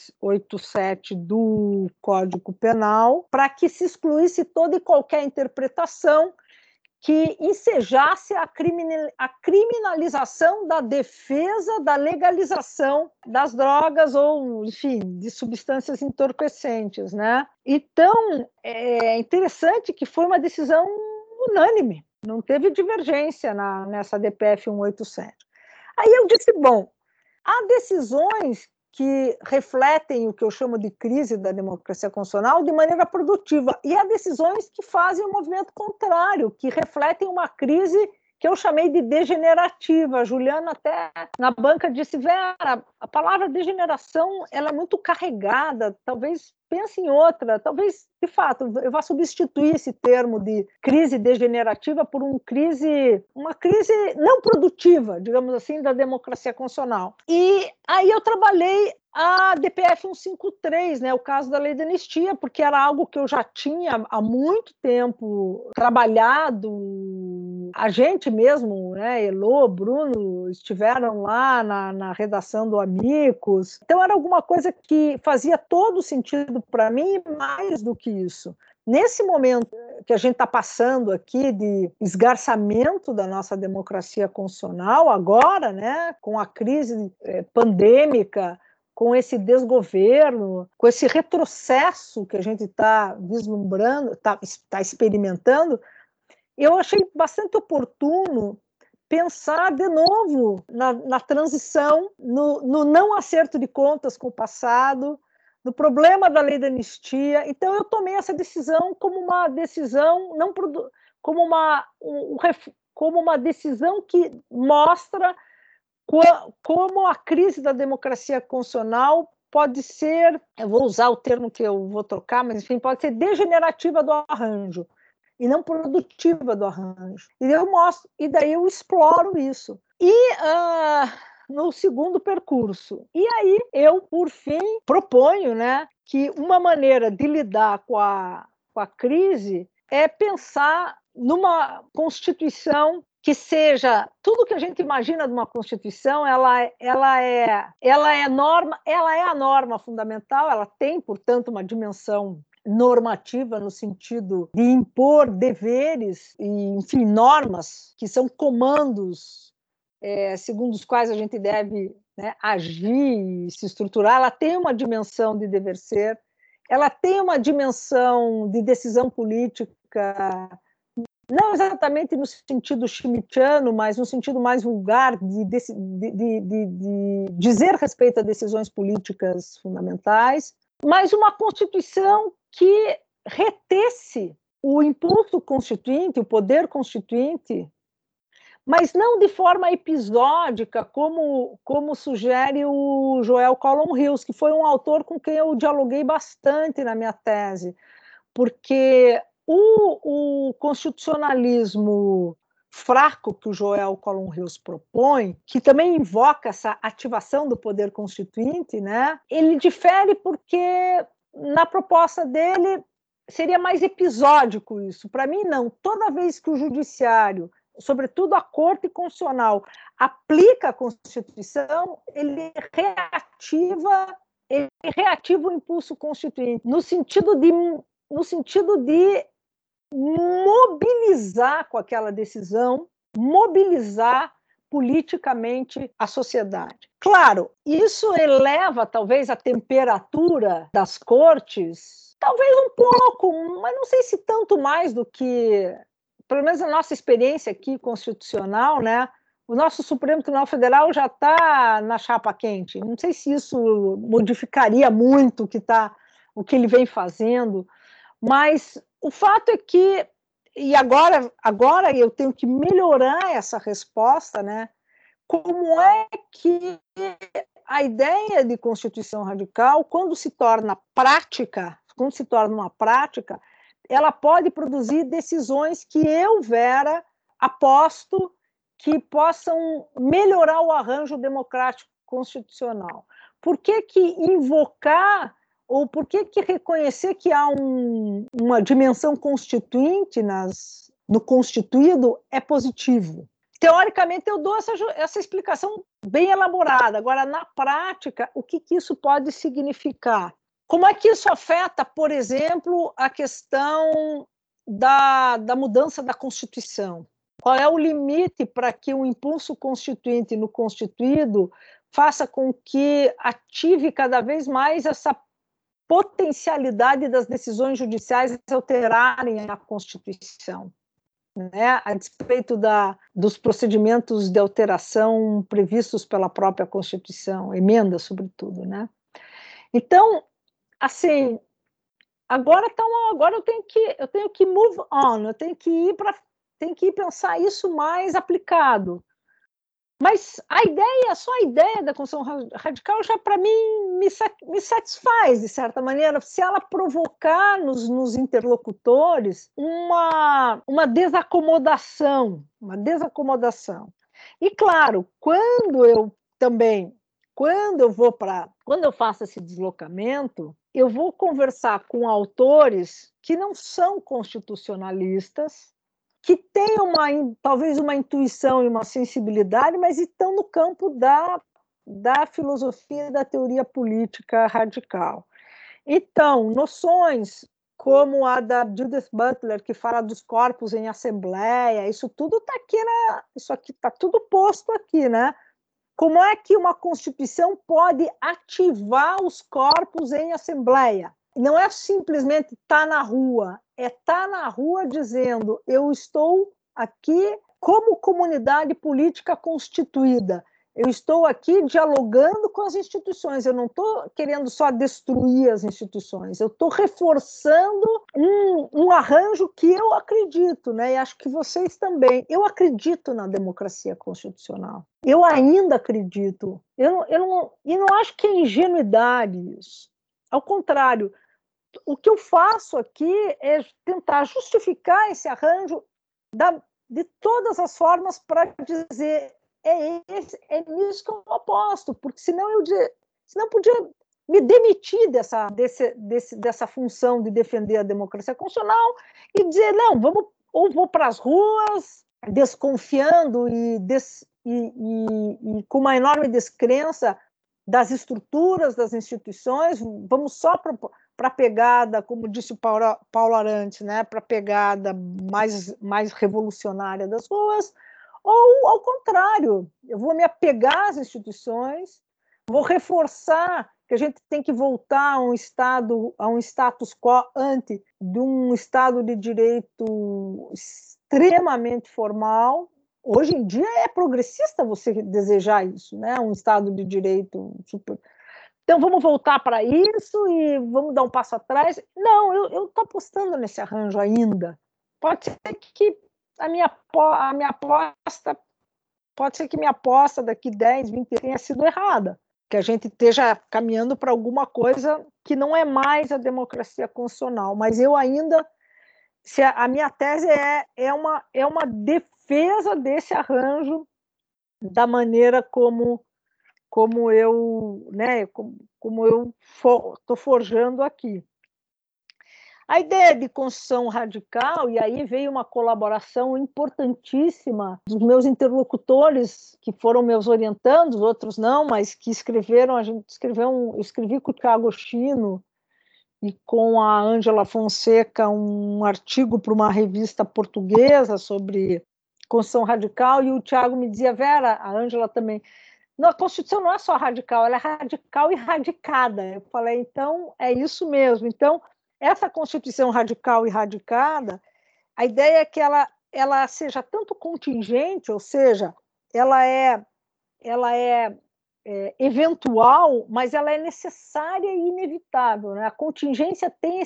287 do Código Penal, para que se excluísse toda e qualquer interpretação que ensejasse a criminalização da defesa da legalização das drogas ou, enfim, de substâncias entorpecentes, né? Então, é interessante que foi uma decisão unânime, não teve divergência nessa DPF 187. Aí eu disse, bom, há decisões que refletem o que eu chamo de crise da democracia constitucional de maneira produtiva, e há decisões que fazem um movimento contrário, que refletem uma crise que eu chamei de degenerativa. A Juliana até na banca disse, Vera, a palavra degeneração ela é muito carregada, talvez pense em outra, talvez, de fato, eu vá substituir esse termo de crise degenerativa por uma crise não produtiva, digamos assim, da democracia constitucional. E aí eu trabalhei a DPF 153, né, o caso da lei da anistia, porque era algo que eu já tinha há muito tempo trabalhado. A gente mesmo, né, Elô, Bruno, estiveram lá na redação do Amicus. Então era alguma coisa que fazia todo sentido para mim, e mais do que isso. Nesse momento que a gente está passando aqui de esgarçamento da nossa democracia constitucional, agora, né, com a crise pandêmica, com esse desgoverno, com esse retrocesso que a gente está vislumbrando, está experimentando, eu achei bastante oportuno pensar de novo na transição, no não acerto de contas com o passado, no problema da lei da anistia. Então, eu tomei essa decisão como uma decisão, como uma decisão que mostra como a crise da democracia constitucional pode ser, eu vou usar o termo que eu vou trocar, mas enfim, pode ser degenerativa do arranjo e não produtiva do arranjo. E daí eu exploro isso. E no segundo percurso. E aí eu, por fim, proponho, né, que uma maneira de lidar com a crise é pensar numa Constituição que seja tudo que a gente imagina de uma Constituição. Ela é a norma fundamental, ela tem, portanto, uma dimensão normativa no sentido de impor deveres e, enfim, normas que são comandos segundo os quais a gente deve, né, agir e se estruturar. Ela tem uma dimensão de dever ser, ela tem uma dimensão de decisão política, não exatamente no sentido schmittiano, mas no sentido mais vulgar de dizer respeito a decisões políticas fundamentais. mas uma Constituição que retesse o impulso constituinte, o poder constituinte, mas não de forma episódica, como sugere o Joel Collum Hills, que foi um autor com quem eu dialoguei bastante na minha tese, porque o constitucionalismo fraco que o Joel Collum Hills propõe, que também invoca essa ativação do poder constituinte, né? Ele difere porque, na proposta dele, seria mais episódico isso. Para mim, não. Toda vez que o judiciário, sobretudo a Corte Constitucional, aplica a Constituição, ele reativa o impulso constituinte, no sentido de mobilizar com aquela decisão, mobilizar politicamente a sociedade. Claro, isso eleva talvez a temperatura das cortes, talvez um pouco, mas não sei se tanto mais do que, pelo menos a nossa experiência aqui constitucional, né? O nosso Supremo Tribunal Federal já está na chapa quente. Não sei se isso modificaria muito o que ele vem fazendo, mas o fato é que, e agora eu tenho que melhorar essa resposta, né? Como é que a ideia de Constituição radical, quando se torna uma prática, ela pode produzir decisões que eu, Vera, aposto que possam melhorar o arranjo democrático constitucional. Por que invocar ou por que reconhecer que há uma dimensão constituinte no constituído é positivo? Teoricamente, eu dou essa explicação bem elaborada. Agora, na prática, o que isso pode significar? Como é que isso afeta, por exemplo, a questão da mudança da Constituição? Qual é o limite para que o impulso constituinte no constituído faça com que ative cada vez mais essa potencialidade das decisões judiciais alterarem a Constituição, né? A despeito dos procedimentos de alteração previstos pela própria Constituição, emendas, sobretudo, né? Então, assim, agora eu tenho que move on, eu tenho que ir pensar isso mais aplicado. Mas só a ideia da Constituição radical já, para mim, me satisfaz, de certa maneira, se ela provocar nos interlocutores uma desacomodação. E, claro, quando eu faço esse deslocamento, eu vou conversar com autores que não são constitucionalistas, que têm talvez uma intuição e uma sensibilidade, mas estão no campo da filosofia e da teoria política radical. Então, noções como a da Judith Butler, que fala dos corpos em assembleia, isso tudo está aqui, isso aqui está tudo posto aqui, né? Como é que uma Constituição pode ativar os corpos em assembleia? Não é simplesmente estar na rua, é estar na rua dizendo: eu estou aqui como comunidade política constituída, eu estou aqui dialogando com as instituições, eu não estou querendo só destruir as instituições, eu estou reforçando um arranjo que eu acredito, né? E acho que vocês também. Eu acredito na democracia constitucional, eu ainda acredito, e não acho que é ingenuidade isso. Ao contrário, o que eu faço aqui é tentar justificar esse arranjo de todas as formas para dizer é nisso que eu aposto, porque senão podia me demitir dessa função de defender a democracia constitucional e dizer, não, vou para as ruas desconfiando e com uma enorme descrença das estruturas, das instituições, vamos só para a pegada, como disse o Paulo Arantes, né, para a pegada mais revolucionária das ruas, ou, ao contrário, eu vou me apegar às instituições, vou reforçar que a gente tem que voltar a um status quo ante de um Estado de Direito extremamente formal. Hoje em dia é progressista você desejar isso, né? Um Estado de Direito super. Então, vamos voltar para isso e vamos dar um passo atrás. Não, eu estou apostando nesse arranjo ainda. Pode ser que a minha aposta, pode ser que minha aposta daqui 10, 20 tenha sido errada, que a gente esteja caminhando para alguma coisa que não é mais a democracia constitucional, mas eu ainda, se a minha tese é uma defesa desse arranjo, da maneira como eu, né, como eu estou forjando aqui. A ideia de construção radical, e aí veio uma colaboração importantíssima dos meus interlocutores, que foram meus orientandos, outros não, mas que escreveram, eu escrevi com o Thiago Chino e com a Ângela Fonseca um artigo para uma revista portuguesa sobre construção radical, e o Thiago me dizia, Vera, a Ângela também, a Constituição não é só radical, ela é radical e radicada. Eu falei, então, é isso mesmo. Então, essa Constituição radical e radicada, a ideia é que ela seja tanto contingente, ou seja, ela é eventual, mas ela é necessária e inevitável, né? A contingência tem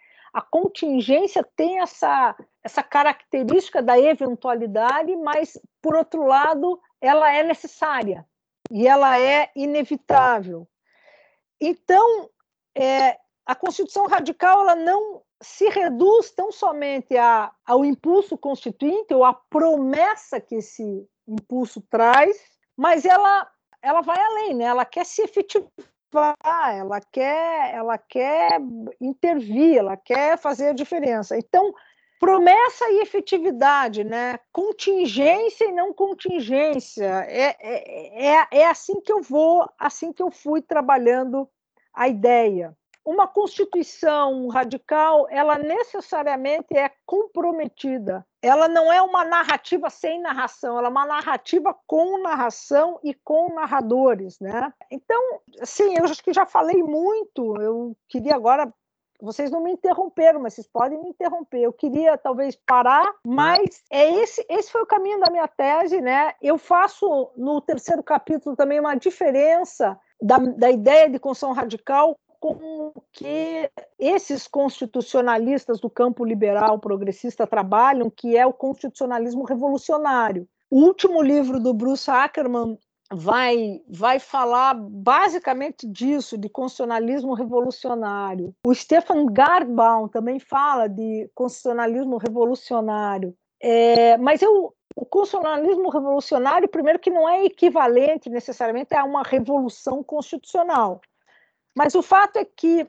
essa característica da eventualidade, mas, por outro lado, ela é necessária e ela é inevitável. Então, a Constituição radical ela não se reduz tão somente ao impulso constituinte ou à promessa que esse impulso traz, mas ela vai além, né? Ela quer se efetivar, ela quer intervir, ela quer fazer a diferença. Então, promessa e efetividade, né? Contingência e não contingência. É assim que eu fui trabalhando a ideia. Uma Constituição radical, ela necessariamente é comprometida. Ela não é uma narrativa sem narração, ela é uma narrativa com narração e com narradores, né? Então, assim, eu acho que já falei muito, eu queria agora... Vocês não me interromperam, mas vocês podem me interromper. Eu queria, talvez, parar, mas esse foi o caminho da minha tese, né? Eu faço, no terceiro capítulo, também uma diferença da ideia de construção radical com que esses constitucionalistas do campo liberal progressista trabalham, que é o constitucionalismo revolucionário. O último livro do Bruce Ackerman vai falar basicamente disso, de constitucionalismo revolucionário. O Stefan Gartbaum também fala de constitucionalismo revolucionário. Mas o constitucionalismo revolucionário, primeiro, que não é equivalente necessariamente a uma revolução constitucional. Mas o fato é que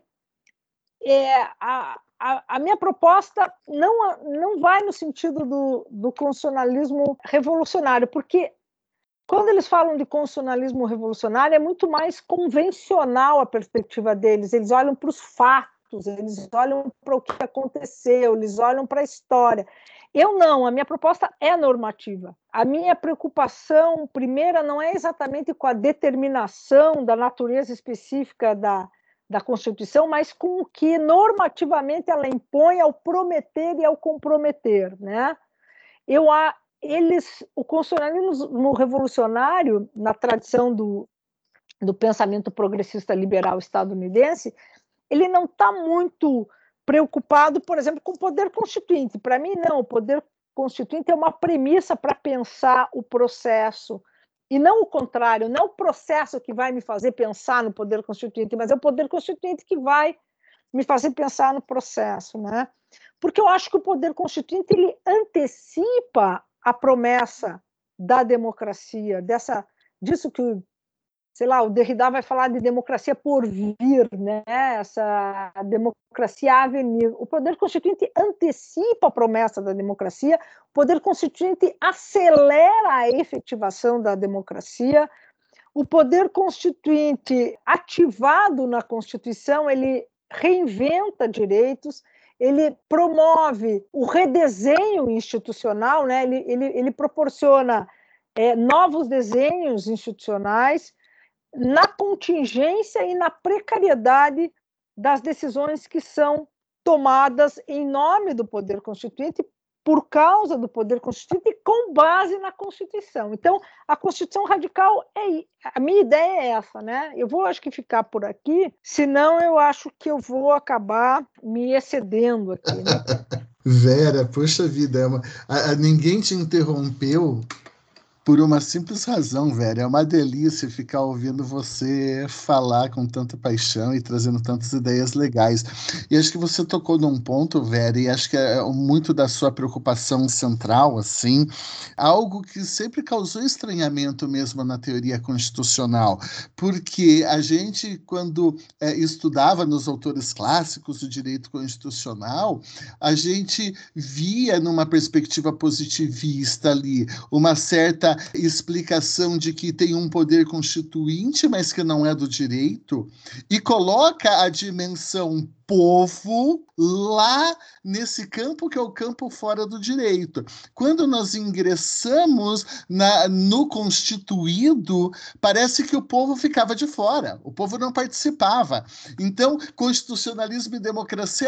a minha proposta não vai no sentido do constitucionalismo revolucionário, porque quando eles falam de constitucionalismo revolucionário, é muito mais convencional a perspectiva deles. Eles olham para os fatos, eles olham para o que aconteceu, eles olham para a história. Eu não, a minha proposta é normativa. A minha preocupação primeira não é exatamente com a determinação da natureza específica da Constituição, mas com o que normativamente ela impõe ao prometer e ao comprometer, né? O constitucionalismo revolucionário, na tradição do pensamento progressista liberal estadunidense, ele não está muito preocupado, por exemplo, com o poder constituinte. Para mim, não. O poder constituinte é uma premissa para pensar o processo, e não o contrário, não é o processo que vai me fazer pensar no poder constituinte, mas é o poder constituinte que vai me fazer pensar no processo, né? Porque eu acho que o poder constituinte ele antecipa a promessa da democracia, disso que, sei lá, o Derrida vai falar de democracia por vir, né? Essa democracia a venir. O poder constituinte antecipa a promessa da democracia, o poder constituinte acelera a efetivação da democracia, o poder constituinte ativado na Constituição, ele reinventa direitos, ele promove o redesenho institucional, né? Ele proporciona novos desenhos institucionais na contingência e na precariedade das decisões que são tomadas em nome do poder constituinte por causa do poder constituinte e com base na Constituição. Então, a Constituição radical a minha ideia é essa, né? Eu vou, acho que, ficar por aqui, senão eu acho que eu vou acabar me excedendo aqui, né? Vera, poxa vida, ninguém te interrompeu por uma simples razão, Vera. É uma delícia ficar ouvindo você falar com tanta paixão e trazendo tantas ideias legais. E acho que você tocou num ponto, Vera, e acho que é muito da sua preocupação central, assim, algo que sempre causou estranhamento mesmo na teoria constitucional, porque a gente, quando estudava nos autores clássicos do direito constitucional, a gente via numa perspectiva positivista ali uma certa explicação de que tem um poder constituinte, mas que não é do direito, e coloca a dimensão povo lá nesse campo que é o campo fora do direito. Quando nós ingressamos no constituído, parece que o povo ficava de fora, o povo não participava. Então, constitucionalismo e democracia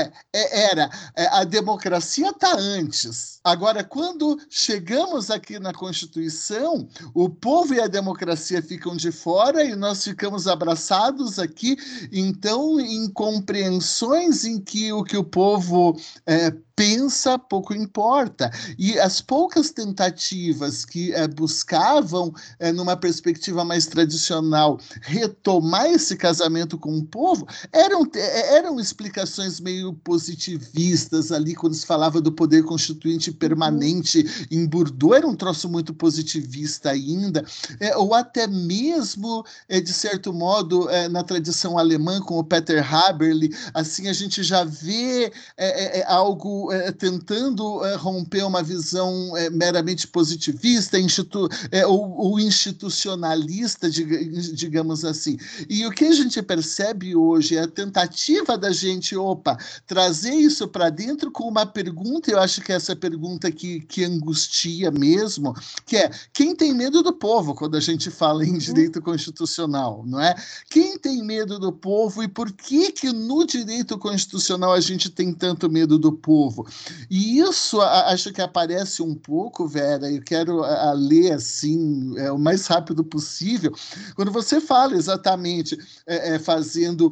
a democracia está antes. Agora, quando chegamos aqui na Constituição, o povo e a democracia ficam de fora e nós ficamos abraçados aqui, então, em compreensões em que o povo pensa pouco importa. E as poucas tentativas que buscavam, numa perspectiva mais tradicional, retomar esse casamento com o povo, eram explicações meio positivistas ali, quando se falava do poder constituinte permanente em Bourdieu, era um troço muito positivista ainda, ou até mesmo, de certo modo, na tradição alemã, com o Peter Haberli, assim, a gente já vê algo tentando romper uma visão meramente positivista ou institucionalista, digamos assim. E o que a gente percebe hoje é a tentativa da gente, trazer isso para dentro com uma pergunta, eu acho que é essa pergunta que angustia mesmo, que é: quem tem medo do povo quando a gente fala em direito constitucional, não é? Quem tem medo do povo e por que no direito constitucional a gente tem tanto medo do povo? E isso acho que aparece um pouco, Vera, eu quero ler assim o mais rápido possível, quando você fala exatamente fazendo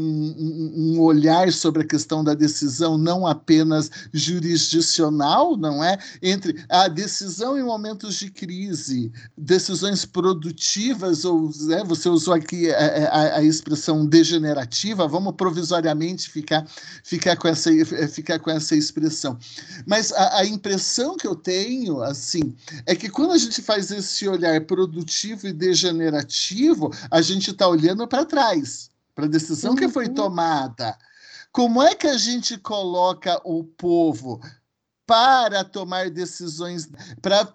um olhar sobre a questão da decisão não apenas jurisdicional, não é? Entre a decisão em momentos de crise, decisões produtivas, ou você usou aqui a expressão degenerativa, vamos provisoriamente ficar com essa expressão. Mas a impressão que eu tenho, assim, é que quando a gente faz esse olhar produtivo e degenerativo, a gente está olhando para trás, para a decisão que foi tomada. Como é que a gente coloca o povo para tomar decisões, para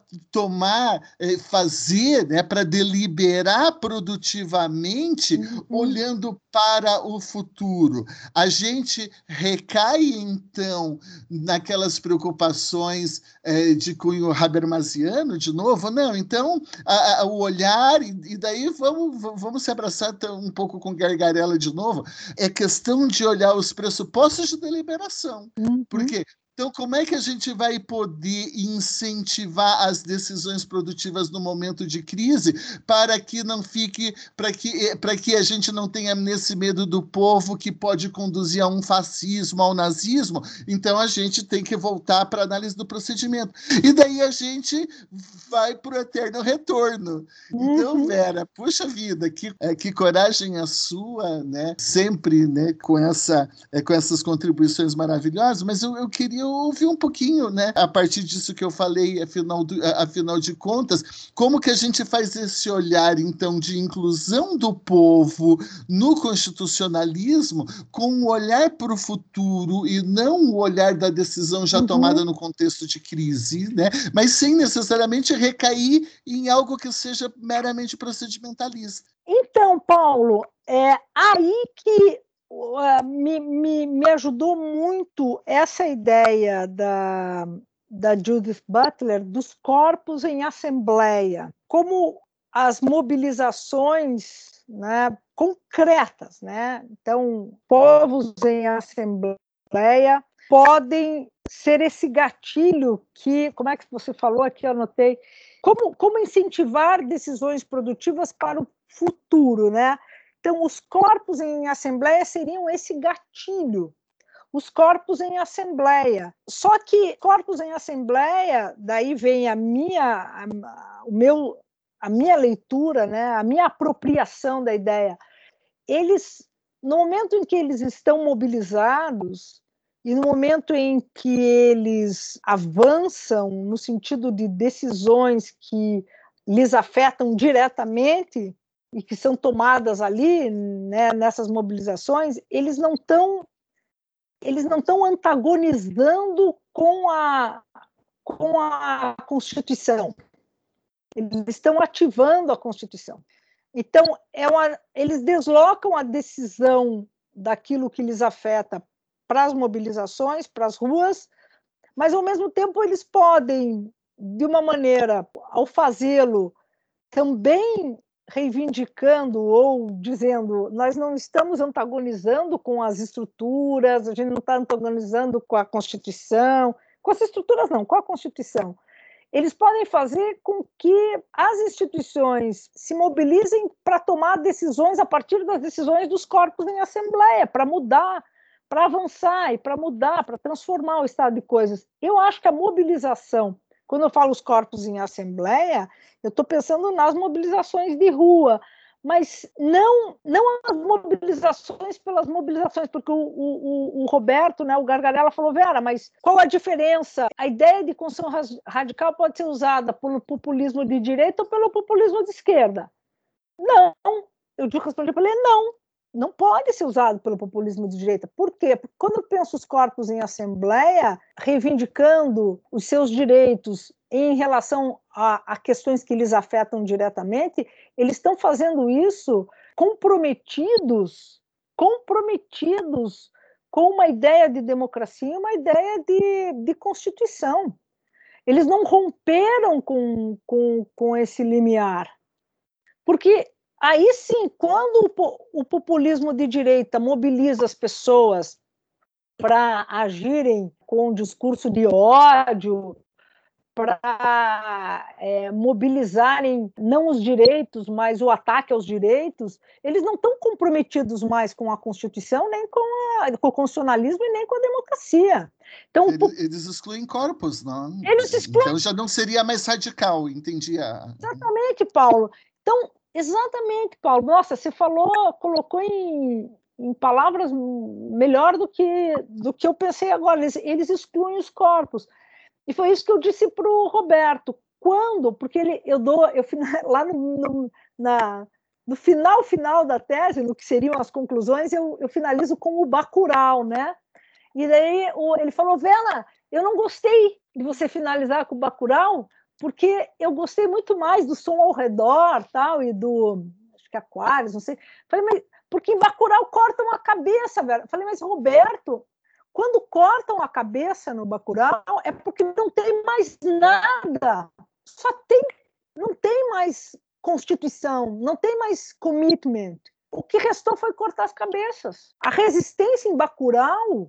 fazer, né, para deliberar produtivamente, olhando para o futuro? A gente recai, então, naquelas preocupações de cunho habermasiano, de novo? Não, então, o olhar, e daí vamos se abraçar um pouco com gargarela de novo, é questão de olhar os pressupostos de deliberação, porque então, como é que a gente vai poder incentivar as decisões produtivas no momento de crise para que não fique, para que a gente não tenha nesse medo do povo que pode conduzir a um fascismo, ao nazismo? Então, a gente tem que voltar para a análise do procedimento. E daí a gente vai para o eterno retorno. Então, Vera, puxa vida, que coragem a sua, né? Sempre, né, com essas contribuições maravilhosas, mas eu queria ouvir um pouquinho, né, a partir disso que eu falei, afinal de contas, como que a gente faz esse olhar, então, de inclusão do povo no constitucionalismo com um olhar para o futuro e não o olhar da decisão já tomada no contexto de crise, né, mas sem necessariamente recair em algo que seja meramente procedimentalista. Então, Paulo, é aí que me ajudou muito essa ideia da Judith Butler dos corpos em assembleia, como as mobilizações, né, concretas, né? Então, povos em assembleia podem ser esse gatilho que, como é que você falou aqui, eu anotei, como incentivar decisões produtivas para o futuro, né? Então, os corpos em assembleia seriam esse gatilho, os corpos em assembleia. Só que corpos em assembleia, daí vem a minha leitura, né? A minha apropriação da ideia. Eles, no momento em que eles estão mobilizados, e no momento em que eles avançam no sentido de decisões que lhes afetam diretamente e que são tomadas ali, né, nessas mobilizações, eles não estão antagonizando com a Constituição. Eles estão ativando a Constituição. Então, eles deslocam a decisão daquilo que lhes afeta para as mobilizações, para as ruas, mas, ao mesmo tempo, eles podem, de uma maneira, ao fazê-lo, também reivindicando ou dizendo nós não estamos antagonizando com as estruturas, a gente não está antagonizando com a Constituição, com as estruturas não, com a Constituição. Eles podem fazer com que as instituições se mobilizem para tomar decisões a partir das decisões dos corpos em assembleia, para mudar, para avançar e para mudar, para transformar o estado de coisas. Eu acho que a mobilização, quando eu falo os corpos em assembleia, eu estou pensando nas mobilizações de rua, mas não as mobilizações pelas mobilizações, porque o Roberto, né, o Gargarella, falou, Vera, mas qual a diferença? A ideia de construção radical pode ser usada pelo populismo de direita ou pelo populismo de esquerda? Não, eu respondi para ele, não pode ser usado pelo populismo de direita. Por quê? Porque quando eu penso os corpos em assembleia, reivindicando os seus direitos em relação a questões que lhes afetam diretamente, eles estão fazendo isso comprometidos com uma ideia de democracia, uma ideia de Constituição. Eles não romperam com esse limiar. Porque aí sim, quando o populismo de direita mobiliza as pessoas para agirem com um discurso de ódio, para mobilizarem não os direitos, mas o ataque aos direitos, eles não estão comprometidos mais com a Constituição, nem com o constitucionalismo e nem com a democracia. Então, eles excluem corpos, não? Eles excluem... Então já não seria mais radical, entendia? Exatamente, Paulo. Então, exatamente, Paulo. Nossa, você colocou em palavras melhor do que eu pensei agora. Eles excluem os corpos. E foi isso que eu disse para o Roberto. Quando? Porque lá no final da tese, no que seriam as conclusões, eu finalizo com o Bacurau, né? E daí ele falou, Vera, eu não gostei de você finalizar com o Bacurau, porque eu gostei muito mais do som ao redor, tal, e do, acho que Aquários, não sei. Falei, mas porque em Bacurau cortam a cabeça, Vera. Falei, mas Roberto, quando cortam a cabeça no Bacurau, é porque não tem mais nada. Não tem mais Constituição, não tem mais commitment. O que restou foi cortar as cabeças. A resistência em Bacurau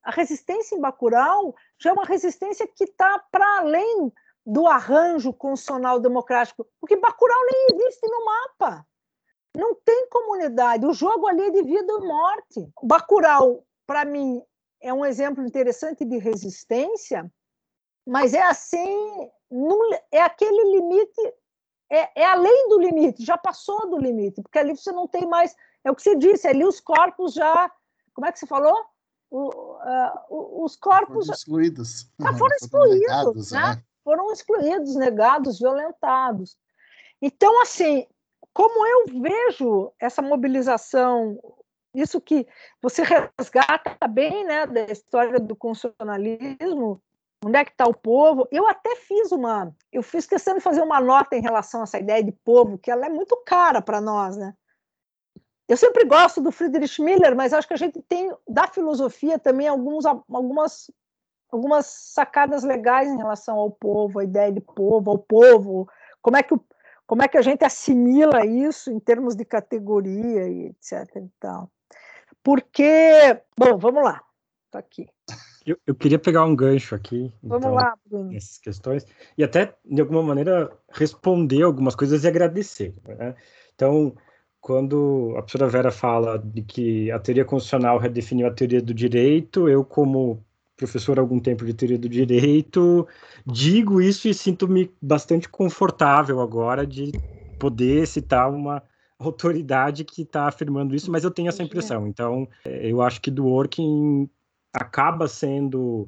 já é uma resistência que está para além do arranjo constitucional democrático, porque Bacurau nem existe no mapa. Não tem comunidade. O jogo ali é de vida ou morte. Bacurau, para mim, é um exemplo interessante de resistência, mas é assim, é aquele limite, é além do limite, já passou do limite, porque ali você não tem mais, é o que você disse, ali os corpos já, como é que você falou? Os corpos foram excluídos. Já foram excluídos, negados, né? Foram excluídos, negados, violentados. Então, assim, como eu vejo essa mobilização, isso que você resgata bem, né, da história do constitucionalismo, onde é que está o povo? Eu fiz questão de fazer uma nota em relação a essa ideia de povo, que ela é muito cara para nós, né? Eu sempre gosto do Friedrich Miller, mas acho que a gente tem, da filosofia, também algumas sacadas legais em relação ao povo, a ideia de povo, ao povo, como é que a gente assimila isso em termos de categoria e etc. E tal. Porque, bom, vamos lá, está aqui. Eu queria pegar um gancho aqui. Vamos então, lá, Bruno. nessas questões, e até, de alguma maneira, responder algumas coisas e agradecer. Né? Então, quando a professora Vera fala de que a teoria constitucional redefiniu a teoria do direito, eu, como professor há algum tempo de teoria do direito, digo isso e sinto-me bastante confortável agora de poder citar uma autoridade que está afirmando isso, mas eu tenho essa impressão. Então, eu acho que Dworkin acaba sendo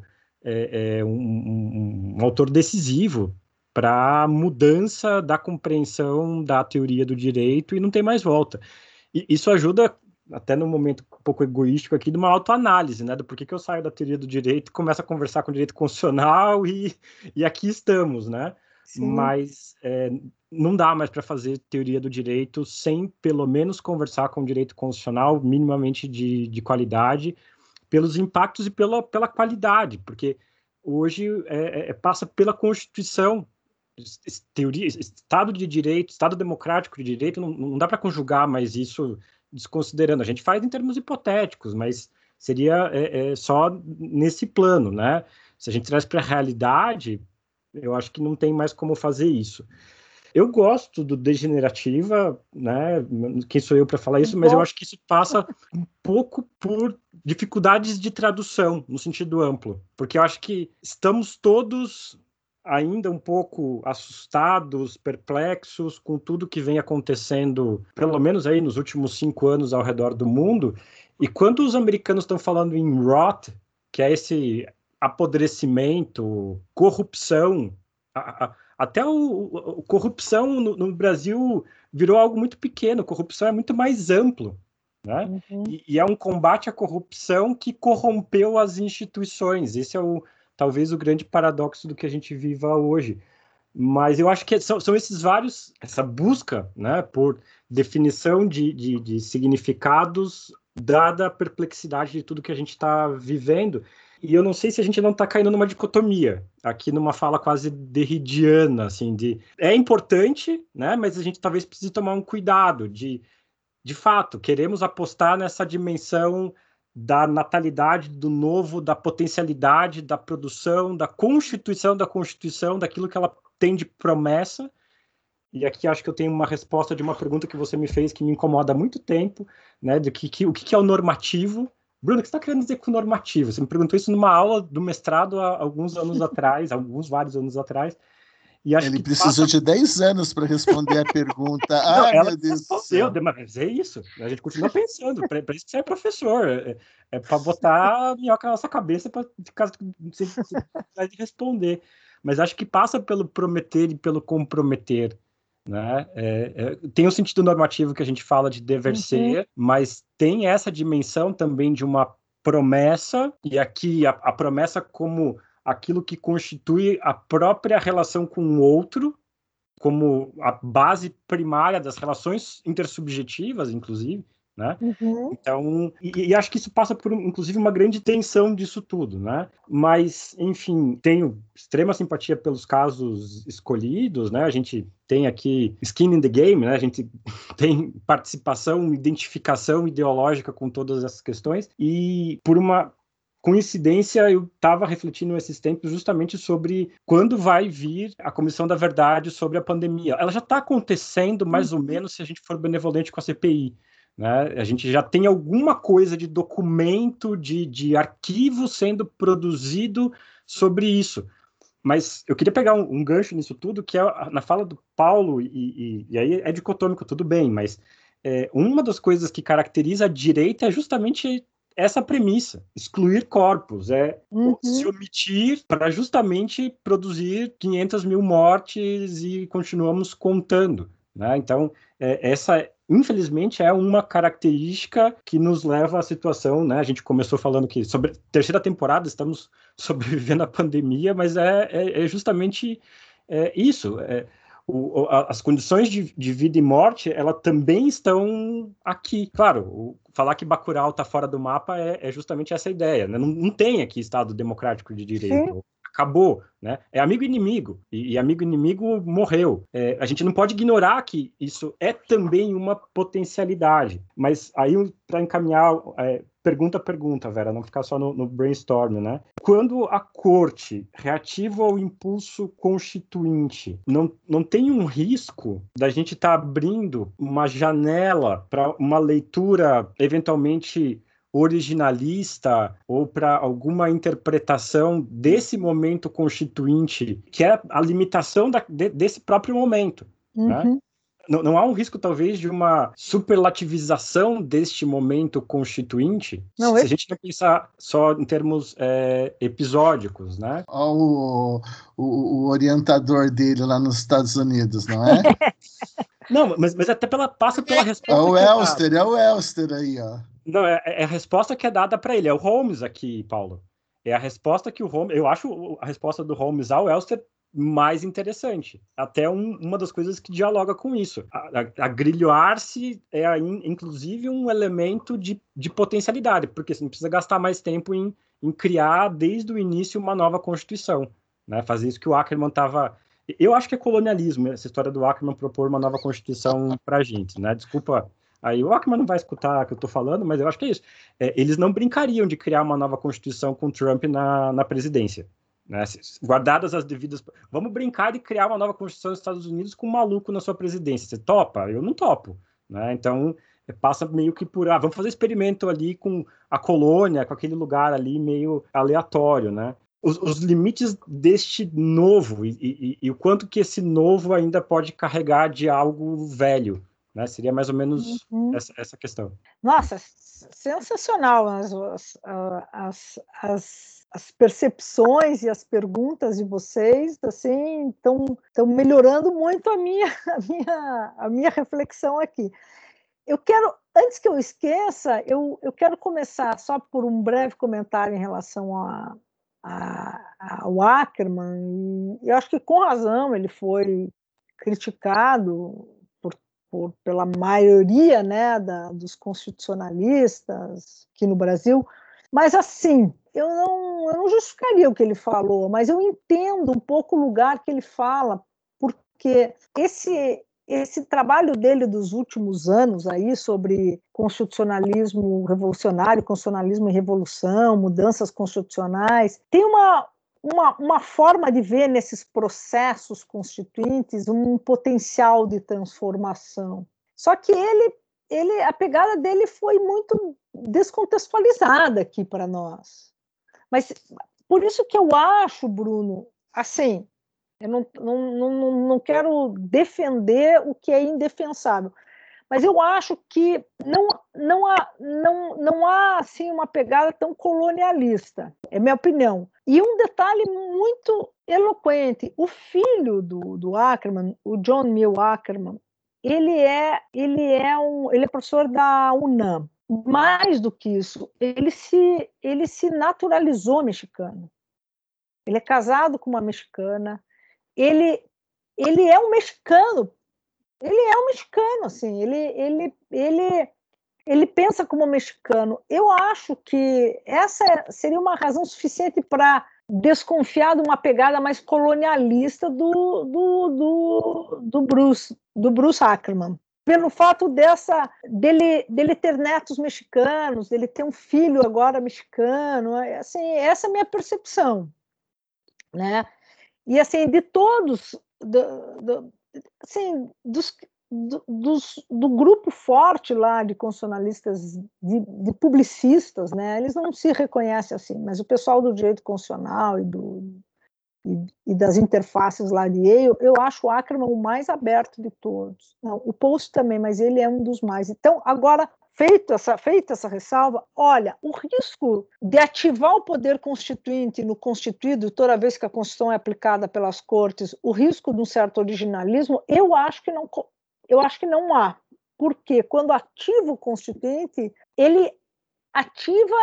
um autor decisivo para a mudança da compreensão da teoria do direito e não tem mais volta. E isso ajuda, até no momento um pouco egoístico aqui, de uma autoanálise, né, do porquê que eu saio da teoria do direito e começo a conversar com o direito constitucional e aqui estamos, né? Sim. Mas não dá mais para fazer teoria do direito sem, pelo menos, conversar com o direito constitucional minimamente de qualidade, pelos impactos e pela qualidade, porque hoje passa pela Constituição, teoria, Estado de Direito, Estado democrático de direito, não dá para conjugar mais isso desconsiderando. A gente faz em termos hipotéticos, mas seria só nesse plano, né? Se a gente traz para a realidade, eu acho que não tem mais como fazer isso. Eu gosto do Degenerativa, né? Quem sou eu para falar isso? Mas eu acho que isso passa um pouco por dificuldades de tradução, no sentido amplo. Porque eu acho que estamos todos ainda um pouco assustados, perplexos com tudo que vem acontecendo, pelo menos aí nos últimos 5 anos ao redor do mundo. E quando os americanos estão falando em rot, que é esse apodrecimento, corrupção, até corrupção no Brasil virou algo muito pequeno, corrupção é muito mais amplo, né? Uhum. E é um combate à corrupção que corrompeu as instituições. Esse é talvez o grande paradoxo do que a gente viva hoje. Mas eu acho que são esses vários, essa busca, né, por definição de significados, dada a perplexidade de tudo que a gente está vivendo. E eu não sei se a gente não está caindo numa dicotomia, aqui numa fala quase derridiana, assim, é importante, né, mas a gente talvez precise tomar um cuidado de fato, queremos apostar nessa dimensão da natalidade, do novo, da potencialidade, da produção, da constituição, daquilo que ela tem de promessa. E aqui acho que eu tenho uma resposta de uma pergunta que você me fez que me incomoda há muito tempo, né, o que é o normativo. Bruno, o que você está querendo dizer com normativo? Você me perguntou isso numa aula do mestrado há alguns anos atrás, vários anos atrás. E acho Ele que precisou de 10 anos para responder a pergunta. Não, meu Deus do céu. Mas é isso. A gente continua pensando. Para isso que você é professor. É para botar a minhoca na nossa cabeça para ficar sem de responder. Mas acho que passa pelo prometer e pelo comprometer. Né? Tem um sentido normativo que a gente fala de dever ser, mas tem essa dimensão também de uma promessa, e aqui a promessa como aquilo que constitui a própria relação com o outro, como a base primária das relações intersubjetivas, inclusive, né? Então, e acho que isso passa por, inclusive, uma grande tensão disso tudo, né? Mas, enfim, tenho extrema simpatia pelos casos escolhidos, né? A gente tem aqui skin in the game, né? A gente tem participação, identificação ideológica com todas essas questões, e por uma coincidência, eu estava refletindo esses tempos justamente sobre quando vai vir a Comissão da Verdade sobre a pandemia. Ela já está acontecendo, mais ou menos, se a gente for benevolente com a CPI. Né? A gente já tem alguma coisa de documento, de arquivo sendo produzido sobre isso. Mas eu queria pegar um gancho nisso tudo, que é na fala do Paulo, e aí é dicotômico, tudo bem, mas uma das coisas que caracteriza a direita é justamente essa premissa, excluir corpos, se omitir para justamente produzir 500 mil mortes e continuamos contando. Né? Então, essa, infelizmente, é uma característica que nos leva à situação, né? A gente começou falando que sobre a terceira temporada estamos sobrevivendo à pandemia, mas é justamente isso. As condições de vida e morte, elas também estão aqui. Claro, falar que Bacurau está fora do mapa é justamente essa ideia. Né? Não tem aqui Estado democrático de direito. Sim. Acabou, né? É amigo e inimigo, e amigo e inimigo morreu. A gente não pode ignorar que isso é também uma potencialidade, mas aí para encaminhar pergunta a pergunta, Vera, não ficar só no brainstorm, né? Quando a corte reativa ao impulso constituinte, não tem um risco da gente estar abrindo uma janela para uma leitura eventualmente originalista ou para alguma interpretação desse momento constituinte, que é a limitação desse próprio momento, né? Não há um risco, talvez, de uma superlativização deste momento constituinte, se a gente não pensar só em termos episódicos, né? O orientador dele lá nos Estados Unidos, não é? Não, mas até passa pela resposta. É o Elster aí, ó. Não, é a resposta que é dada para ele. É o Holmes aqui, Paulo. É a resposta que o Holmes... Eu acho a resposta do Holmes ao Elster mais interessante. Até uma das coisas que dialoga com isso. A grilhoar-se é, inclusive, um elemento de potencialidade, porque você não precisa gastar mais tempo em criar, desde o início, uma nova Constituição, né? Fazer isso que o Ackermann estava... Eu acho que é colonialismo, essa história do Ackermann propor uma nova Constituição para a gente, né? Desculpa... Aí o Ackermann não vai escutar o que eu estou falando, mas eu acho que é isso. Eles não brincariam de criar uma nova Constituição com Trump na presidência, né? Guardadas as devidas... Vamos brincar de criar uma nova Constituição dos Estados Unidos com um maluco na sua presidência. Você topa? Eu não topo, né? Então, passa meio que por... vamos fazer experimento ali com a colônia, com aquele lugar ali meio aleatório, né? Os limites deste novo e o quanto que esse novo ainda pode carregar de algo velho, né? Seria mais ou menos essa questão. Nossa, sensacional as percepções e as perguntas de vocês, assim, estão melhorando muito a minha reflexão aqui. Eu quero, antes que eu esqueça, eu quero começar só por um breve comentário em relação ao Ackermann. Eu acho que com razão ele foi criticado pela maioria, né, dos constitucionalistas aqui no Brasil, mas assim, eu não justificaria o que ele falou, mas eu entendo um pouco o lugar que ele fala, porque esse trabalho dele dos últimos anos aí sobre constitucionalismo revolucionário, constitucionalismo em revolução, mudanças constitucionais, tem uma forma de ver nesses processos constituintes um potencial de transformação. Só que a pegada dele foi muito descontextualizada aqui para nós. Mas por isso que eu acho, Bruno, assim, eu não quero defender o que é indefensável, mas eu acho que não há assim, uma pegada tão colonialista, é minha opinião. E um detalhe muito eloquente, o filho do Ackermann, o John Mill Ackermann, ele é professor da UNAM. Mais do que isso, ele se naturalizou mexicano. Ele é casado com uma mexicana. Ele é um mexicano. Ele é um mexicano, assim. Ele pensa como mexicano. Eu acho que essa seria uma razão suficiente para desconfiar de uma pegada mais colonialista do Bruce Ackermann. Pelo fato dele ter netos mexicanos, dele ter um filho agora mexicano, assim, essa é a minha percepção, né? E assim, de todos, do grupo forte lá de constitucionalistas, de publicistas, né? Eles não se reconhecem assim, mas o pessoal do direito constitucional e das interfaces lá de Yale, eu acho o Ackermann o mais aberto de todos. Não, o Post também, mas ele é um dos mais. Então, agora, feita essa ressalva, olha, o risco de ativar o poder constituinte no constituído, toda vez que a Constituição é aplicada pelas cortes, o risco de um certo originalismo, eu acho que não há. Porque quando ativa o constituinte, ele ativa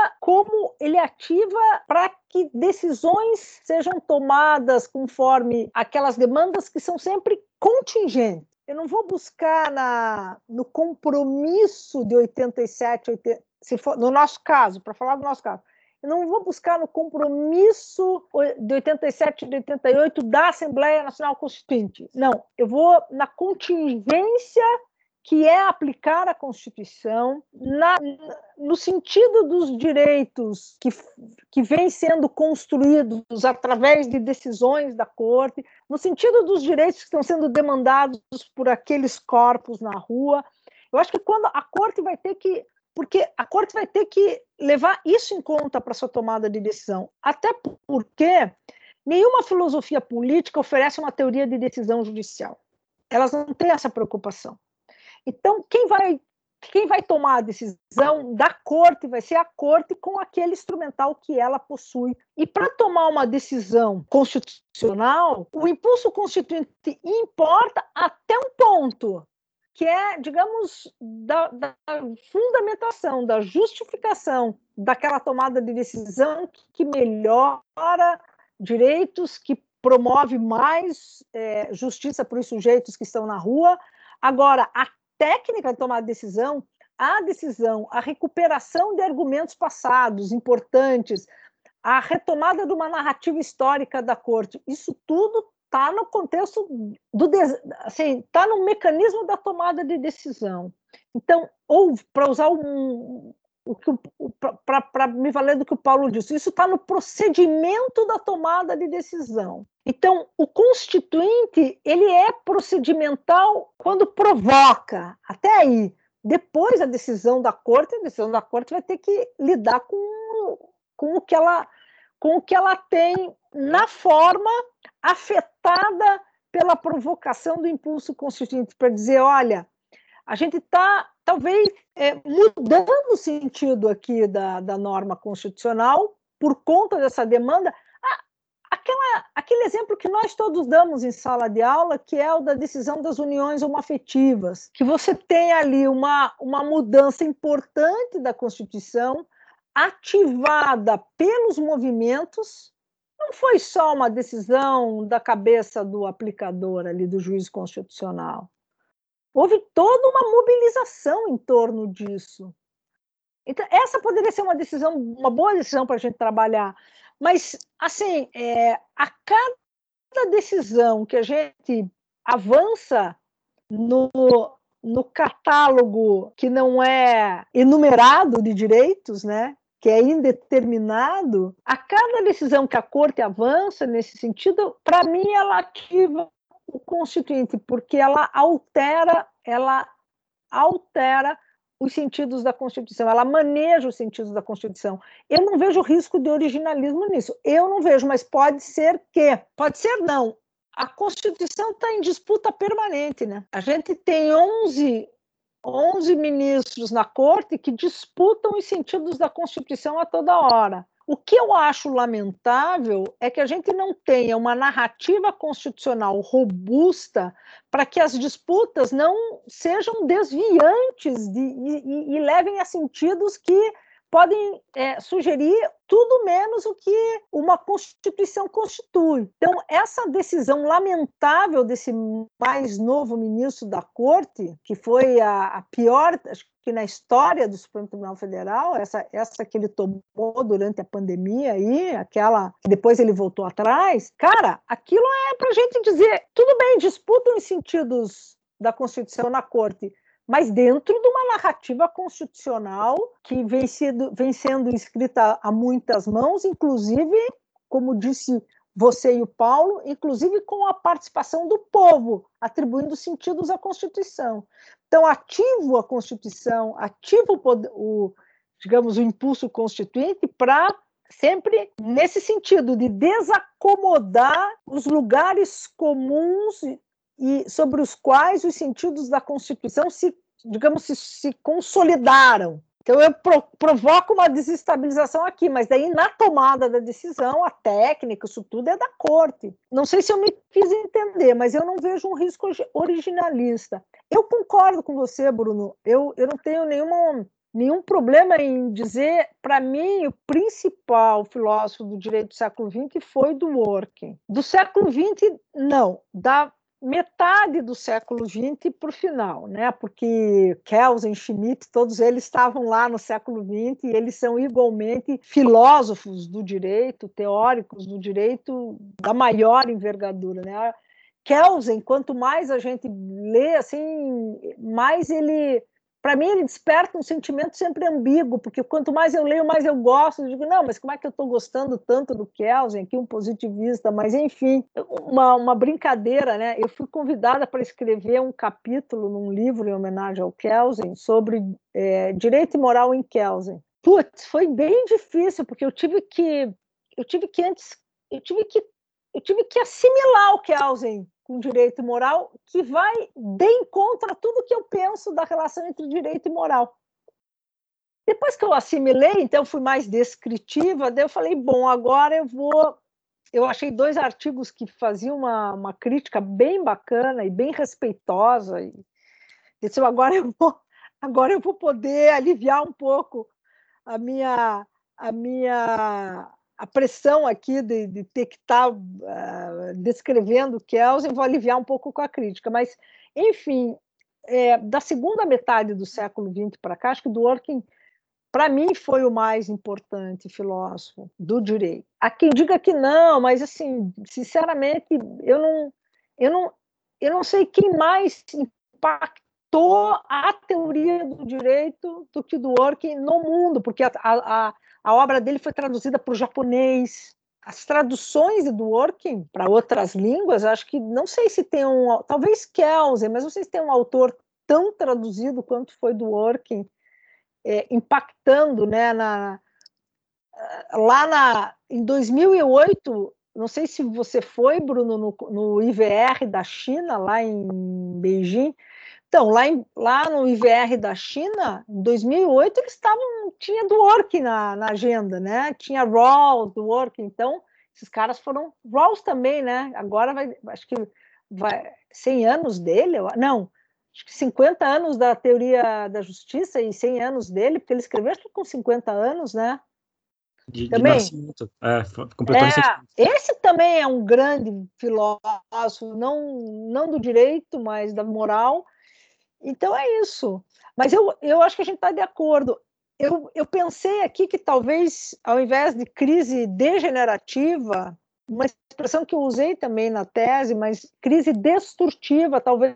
para que decisões sejam tomadas conforme aquelas demandas que são sempre contingentes. Eu não vou buscar no compromisso de 87, se for, no nosso caso, para falar do nosso caso, eu não vou buscar no compromisso de 87 e de 88 da Assembleia Nacional Constituinte. Não, eu vou na contingência que é aplicar a Constituição no sentido dos direitos que vêm sendo construídos através de decisões da Corte, no sentido dos direitos que estão sendo demandados por aqueles corpos na rua. Eu acho que quando a Corte vai ter que... Porque a Corte vai ter que levar isso em conta para sua tomada de decisão, até porque nenhuma filosofia política oferece uma teoria de decisão judicial. Elas não têm essa preocupação. Então, quem vai tomar a decisão da Corte vai ser a Corte com aquele instrumental que ela possui. E para tomar uma decisão constitucional, o impulso constituinte importa até um ponto, que é, digamos, da fundamentação, da justificação daquela tomada de decisão que melhora direitos, que promove mais justiça para os sujeitos que estão na rua. Agora, a técnica de tomar decisão, a recuperação de argumentos passados importantes, a retomada de uma narrativa histórica da Corte, isso tudo está no contexto está no mecanismo da tomada de decisão. Então, ou para usar para me valer do que o Paulo disse, isso está no procedimento da tomada de decisão. Então, o constituinte, ele é procedimental quando provoca, até aí. Depois a decisão da Corte vai ter que lidar com o que ela tem na forma afetada pela provocação do impulso constituinte, para dizer, olha, a gente está, talvez, mudando o sentido aqui da norma constitucional por conta dessa demanda. Aquele exemplo que nós todos damos em sala de aula, que é o da decisão das uniões homoafetivas, que você tem ali uma mudança importante da Constituição, ativada pelos movimentos. Não foi só uma decisão da cabeça do aplicador ali, do juiz constitucional. Houve toda uma mobilização em torno disso. Então, essa poderia ser uma boa decisão para a gente trabalhar. Mas, assim, a cada decisão que a gente avança no catálogo que não é enumerado de direitos, né, que é indeterminado, a cada decisão que a Corte avança nesse sentido, para mim, ela ativa o constituinte, porque ela altera os sentidos da Constituição, ela maneja os sentidos da Constituição. Eu não vejo risco de originalismo nisso. Eu não vejo, mas pode ser não. A Constituição está em disputa permanente, né? A gente tem 11 ministros na Corte que disputam os sentidos da Constituição a toda hora. O que eu acho lamentável é que a gente não tenha uma narrativa constitucional robusta para que as disputas não sejam desviantes e levem a sentidos que podem sugerir tudo menos o que uma Constituição constitui. Então, essa decisão lamentável desse mais novo ministro da Corte, que foi a pior, acho que na história do Supremo Tribunal Federal, essa que ele tomou durante a pandemia aí, aquela que depois ele voltou atrás, cara, aquilo é para a gente dizer, tudo bem, disputam os sentidos da Constituição na Corte, mas dentro de uma narrativa constitucional que vem sendo escrita a muitas mãos, inclusive, como disse você e o Paulo, inclusive com a participação do povo, atribuindo sentidos à Constituição. Então, ativo a Constituição, ativo o impulso constituinte para sempre nesse sentido de desacomodar os lugares comuns e sobre os quais os sentidos da Constituição se consolidaram. Então, eu provoco uma desestabilização aqui, mas daí na tomada da decisão, a técnica, isso tudo é da Corte. Não sei se eu me fiz entender, mas eu não vejo um risco originalista. Eu concordo com você, Bruno. Eu não tenho nenhum problema em dizer, para mim, o principal filósofo do direito do século XX foi Dworkin. Do século XX, não. Da metade do século XX para o final, né? Porque Kelsen, Schmitt, todos eles estavam lá no século XX e eles são igualmente filósofos do direito, teóricos do direito da maior envergadura, né? Kelsen, quanto mais a gente lê, assim, mais ele... Para mim, ele desperta um sentimento sempre ambíguo, porque quanto mais eu leio, mais eu gosto. Eu digo, não, mas como é que eu estou gostando tanto do Kelsen, aqui um positivista, mas enfim, uma brincadeira, né? Eu fui convidada para escrever um capítulo num livro em homenagem ao Kelsen sobre direito e moral em Kelsen. Putz, foi bem difícil, porque eu tive que assimilar o Kelsen com direito e moral, que vai bem contra tudo que eu penso da relação entre direito e moral. Depois que eu assimilei, então fui mais descritiva, daí eu falei, bom, agora eu achei 2 artigos que faziam uma crítica bem bacana e bem respeitosa, e disse, agora eu vou poder aliviar um pouco a pressão aqui de ter que estar descrevendo Kelsen, vou aliviar um pouco com a crítica. Mas, enfim, da segunda metade do século XX para cá, acho que Dworkin, para mim, foi o mais importante filósofo do direito. Há quem diga que não, mas, assim, sinceramente, eu não sei quem mais impactou a teoria do direito do que Dworkin no mundo, porque a obra dele foi traduzida para o japonês. As traduções de Dworkin para outras línguas, acho que, não sei se tem talvez Kelsen, mas não sei se tem um autor tão traduzido quanto foi Dworkin, impactando, né, em 2008, não sei se você foi, Bruno, no IVR da China, lá em Beijing. Então, lá no IVR da China, em 2008, tinha Dworkin na agenda, né? Tinha Rawls, Dworkin, então, esses caras foram... Rawls também, né? Agora acho que vai 100 anos dele, não, acho que 50 anos da teoria da justiça e 100 anos dele, porque ele escreveu acho que com 50 anos, né? De também. Nascimento. Completou recentemente. Esse também é um grande filósofo, não do direito, mas da moral. Então é isso. Mas eu acho que a gente está de acordo. Eu pensei aqui que talvez, ao invés de crise degenerativa, uma expressão que eu usei também na tese, mas crise destrutiva talvez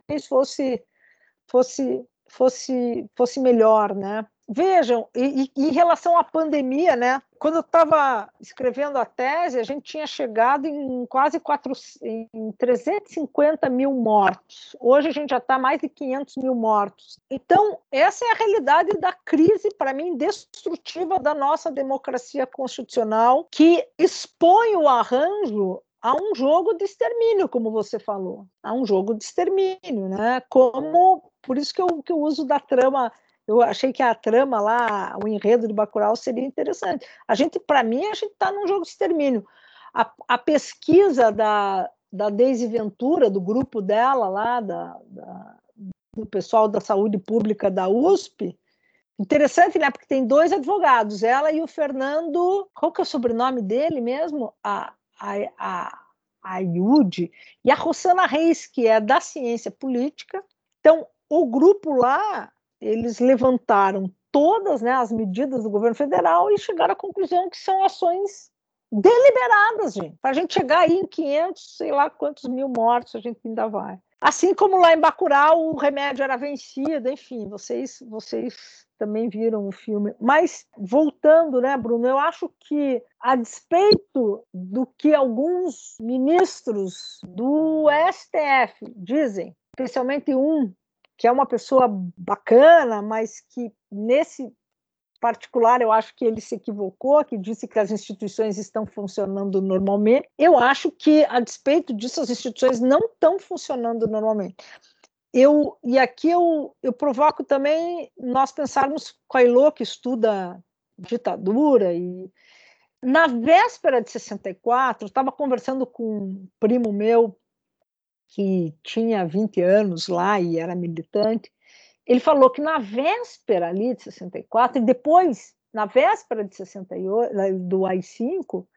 fosse melhor, né? Vejam, e em relação à pandemia, né? Quando eu estava escrevendo a tese, a gente tinha chegado em quase 350 mil mortos. Hoje a gente já está mais de 500 mil mortos. Então, essa é a realidade da crise, para mim, destrutiva da nossa democracia constitucional, que expõe o arranjo a um jogo de extermínio, como você falou. A um jogo de extermínio, né? Por isso que eu uso da trama. Eu achei que a trama lá, o enredo de Bacurau seria interessante. Para mim, a gente está num jogo de extermínio. A pesquisa da Deise Ventura, do grupo dela lá, do pessoal da saúde pública da USP, interessante, né? Porque tem 2 advogados, ela e o Fernando, qual que é o sobrenome dele mesmo? A Ayude, e a Rosana Reis, que é da ciência política. Então, o grupo lá, eles levantaram todas, né, as medidas do governo federal e chegaram à conclusão que são ações deliberadas, gente. Para a gente chegar aí em 500, sei lá quantos mil mortos, a gente ainda vai. Assim como lá em Bacurau o remédio era vencido, enfim, vocês também viram o filme. Mas, voltando, né, Bruno, eu acho que, a despeito do que alguns ministros do STF dizem, especialmente um, que é uma pessoa bacana, mas que, nesse particular, eu acho que ele se equivocou, que disse que as instituições estão funcionando normalmente. Eu acho que, a despeito disso, as instituições não estão funcionando normalmente. E aqui eu provoco também nós pensarmos com a Ilô, que estuda ditadura, e na véspera de 64, eu estava conversando com um primo meu que tinha 20 anos lá e era militante. Ele falou que na véspera ali de 64, e depois, na véspera de 68, do AI-5,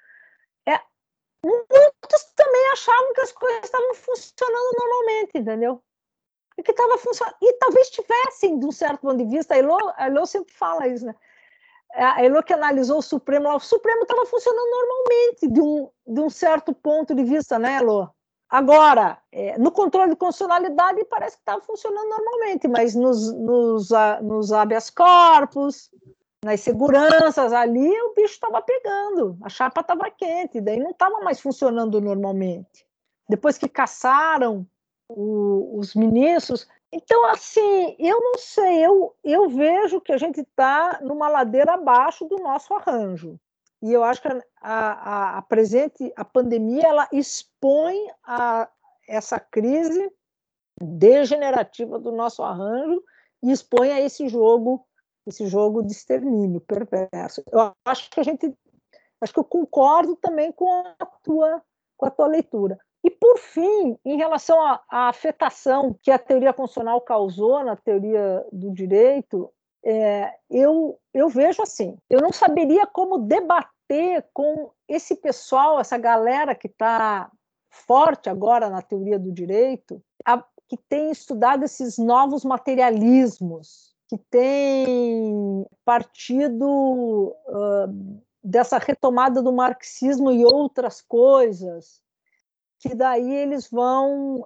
muitos também achavam que as coisas estavam funcionando normalmente, entendeu? E que estava funcionando. E talvez tivessem, de um certo ponto de vista, a Ilô sempre fala isso, né? A Ilô que analisou o Supremo estava funcionando normalmente, de um certo ponto de vista, né, Ilô? Agora, no controle de constitucionalidade parece que estava funcionando normalmente, mas nos habeas corpus, nas seguranças ali, o bicho estava pegando, a chapa estava quente, daí não estava mais funcionando normalmente. Depois que caçaram os ministros. Então, assim, eu não sei, eu vejo que a gente está numa ladeira abaixo do nosso arranjo. E eu acho que a pandemia, ela expõe essa crise degenerativa do nosso arranjo e expõe a esse jogo de extermínio perverso. Eu acho que eu concordo também com a tua leitura. E, por fim, em relação à afetação que a teoria constitucional causou na teoria do direito, eu vejo assim, eu não saberia como debater com esse pessoal, essa galera que está forte agora na teoria do direito, que tem estudado esses novos materialismos, que tem partido dessa retomada do marxismo e outras coisas, que daí eles não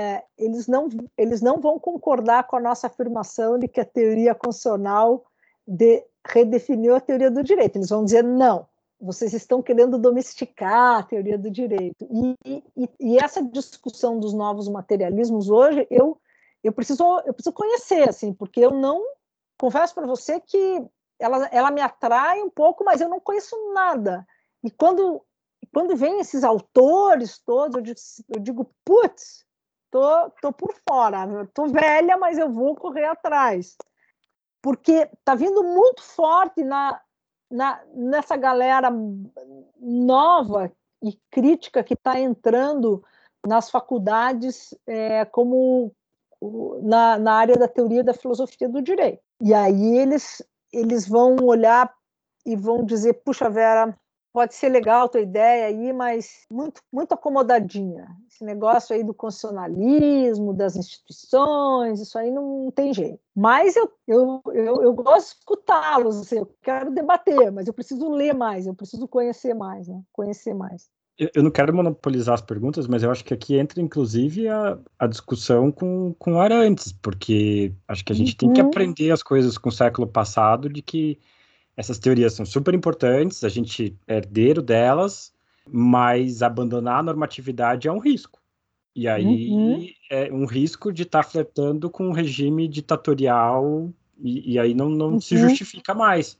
vão concordar com a nossa afirmação de que a teoria constitucional redefiniu a teoria do direito. Eles vão dizer, não, vocês estão querendo domesticar a teoria do direito. E essa discussão dos novos materialismos hoje, eu preciso conhecer, assim, porque eu não, confesso para você que ela me atrai um pouco, mas eu não conheço nada. E quando vem esses autores todos, eu digo, putz, tô por fora, tô velha, mas eu vou correr atrás. Porque tá vindo muito forte nessa galera nova e crítica que está entrando nas faculdades como na área da teoria da filosofia do direito. E aí eles vão olhar e vão dizer, puxa, Vera, pode ser legal a tua ideia aí, mas muito acomodadinha. Esse negócio aí do constitucionalismo, das instituições, isso aí não tem jeito. Mas eu gosto de escutá-los, assim, eu quero debater, mas eu preciso ler mais, eu preciso conhecer mais, né? Conhecer mais. Eu não quero monopolizar as perguntas, mas eu acho que aqui entra, inclusive, a discussão com Arantes, porque acho que a gente tem que aprender as coisas com o século passado, de que essas teorias são super importantes, a gente é herdeiro delas, mas abandonar a normatividade é um risco. E aí é um risco de estar flertando com um regime ditatorial e aí não se justifica mais.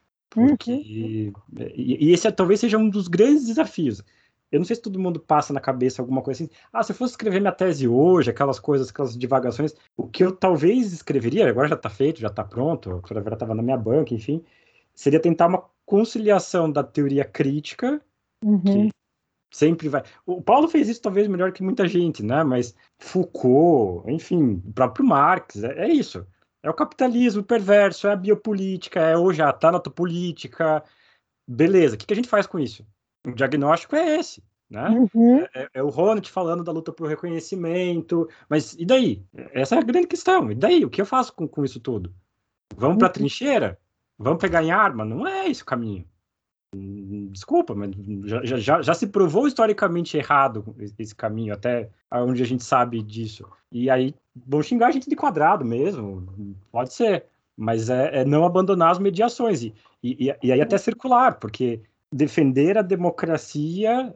Porque, e esse talvez seja um dos grandes desafios. Eu não sei se todo mundo passa na cabeça alguma coisa assim, se eu fosse escrever minha tese hoje, aquelas divagações, o que eu talvez escreveria, agora já está feito, já está pronto, a professora Vera estava na minha banca, enfim, seria tentar uma conciliação da teoria crítica, que sempre vai... O Paulo fez isso talvez melhor que muita gente, né? Mas Foucault, enfim, o próprio Marx, é isso. É o capitalismo perverso, é a biopolítica, hoje a tanatopolítica. Beleza, o que a gente faz com isso? O diagnóstico é esse, né? É o Ronit falando da luta por reconhecimento, mas e daí? Essa é a grande questão. E daí? O que eu faço com isso tudo? Vamos para a trincheira? Vamos pegar em arma? Não é esse o caminho. Desculpa, mas já se provou historicamente errado esse caminho, até onde a gente sabe disso. E aí, vão xingar a gente de quadrado mesmo, pode ser. Mas é não abandonar as mediações. E aí até circular, porque defender a democracia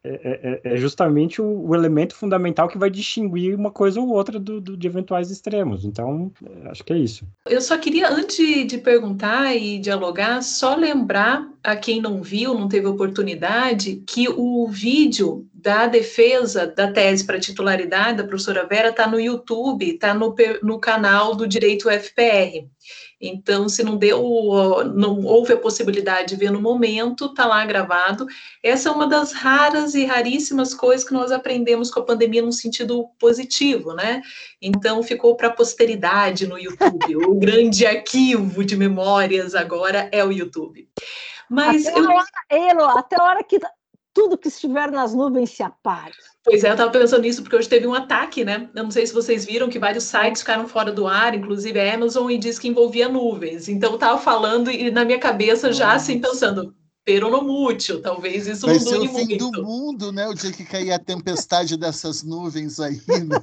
é justamente o elemento fundamental que vai distinguir uma coisa ou outra de eventuais extremos. Então, acho que é isso. Eu só queria, antes de perguntar e dialogar, só lembrar a quem não viu, não teve oportunidade, que o vídeo da defesa da tese para titularidade da professora Vera está no YouTube, está no canal do Direito UFPR. Então, se não houve a possibilidade de ver no momento, está lá gravado. Essa é uma das raras e raríssimas coisas que nós aprendemos com a pandemia num sentido positivo, né? Então, ficou para a posteridade no YouTube. O grande arquivo de memórias agora é o YouTube. Mas até a hora que tudo que estiver nas nuvens se apague. Pois é, eu estava pensando nisso porque hoje teve um ataque, né? Eu não sei se vocês viram que vários sites ficaram fora do ar, inclusive a Amazon, e disse que envolvia nuvens. Então eu estava falando e na minha cabeça já assim pensando, peronomútil, talvez isso vai não dure muito. Vai ser o fim do mundo, né? O dia que cair a tempestade dessas nuvens aí, né?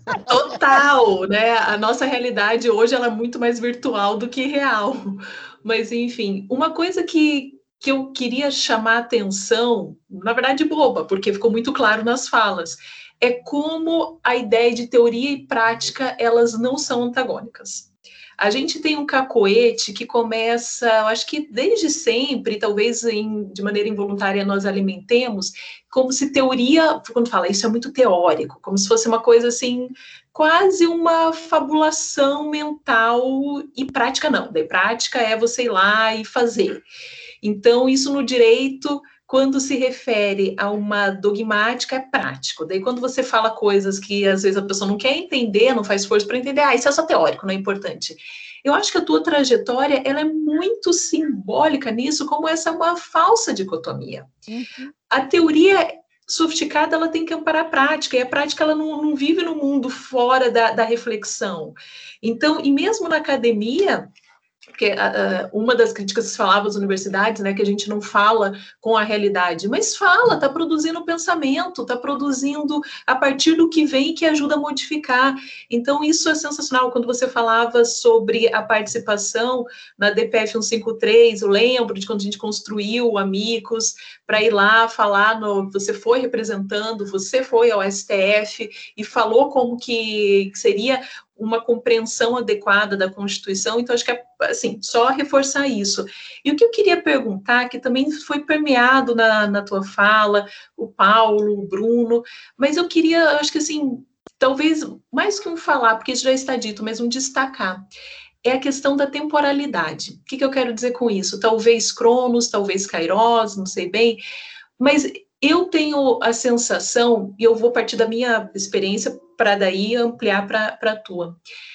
Total, né? A nossa realidade hoje ela é muito mais virtual do que real. Mas, enfim, uma coisa que eu queria chamar a atenção, na verdade boba, porque ficou muito claro nas falas, é como a ideia de teoria e prática, elas não são antagônicas. A gente tem um cacoete que começa, eu acho que desde sempre, talvez de maneira involuntária nós alimentemos, como se teoria, quando fala isso é muito teórico, como se fosse uma coisa assim, quase uma fabulação mental, e prática não, daí prática é você ir lá e fazer. Então, isso no direito, quando se refere a uma dogmática, é prático. Daí, quando você fala coisas que às vezes a pessoa não quer entender, não faz esforço para entender, isso é só teórico, não é importante. Eu acho que a tua trajetória ela é muito simbólica nisso, como essa é uma falsa dicotomia. Uhum. A teoria sofisticada ela tem que amparar a prática, e a prática ela não vive no mundo fora da reflexão. Então, e mesmo na academia, porque uma das críticas que se falava às universidades, né, que a gente não fala com a realidade, mas fala, está produzindo pensamento, está produzindo a partir do que vem que ajuda a modificar. Então, isso é sensacional. Quando você falava sobre a participação na DPF 153, eu lembro de quando a gente construiu o Amigos, para ir lá falar, você foi representando, você foi ao STF e falou como que seria uma compreensão adequada da Constituição, então acho que é, assim, só reforçar isso. E o que eu queria perguntar, que também foi permeado na tua fala, o Paulo, o Bruno, mas eu queria, acho que assim, talvez, mais que um falar, porque isso já está dito, mas um destacar, é a questão da temporalidade. O que eu quero dizer com isso? Talvez Cronos, talvez Kairos, não sei bem, mas eu tenho a sensação, e eu vou partir da minha experiência para daí ampliar para a tua,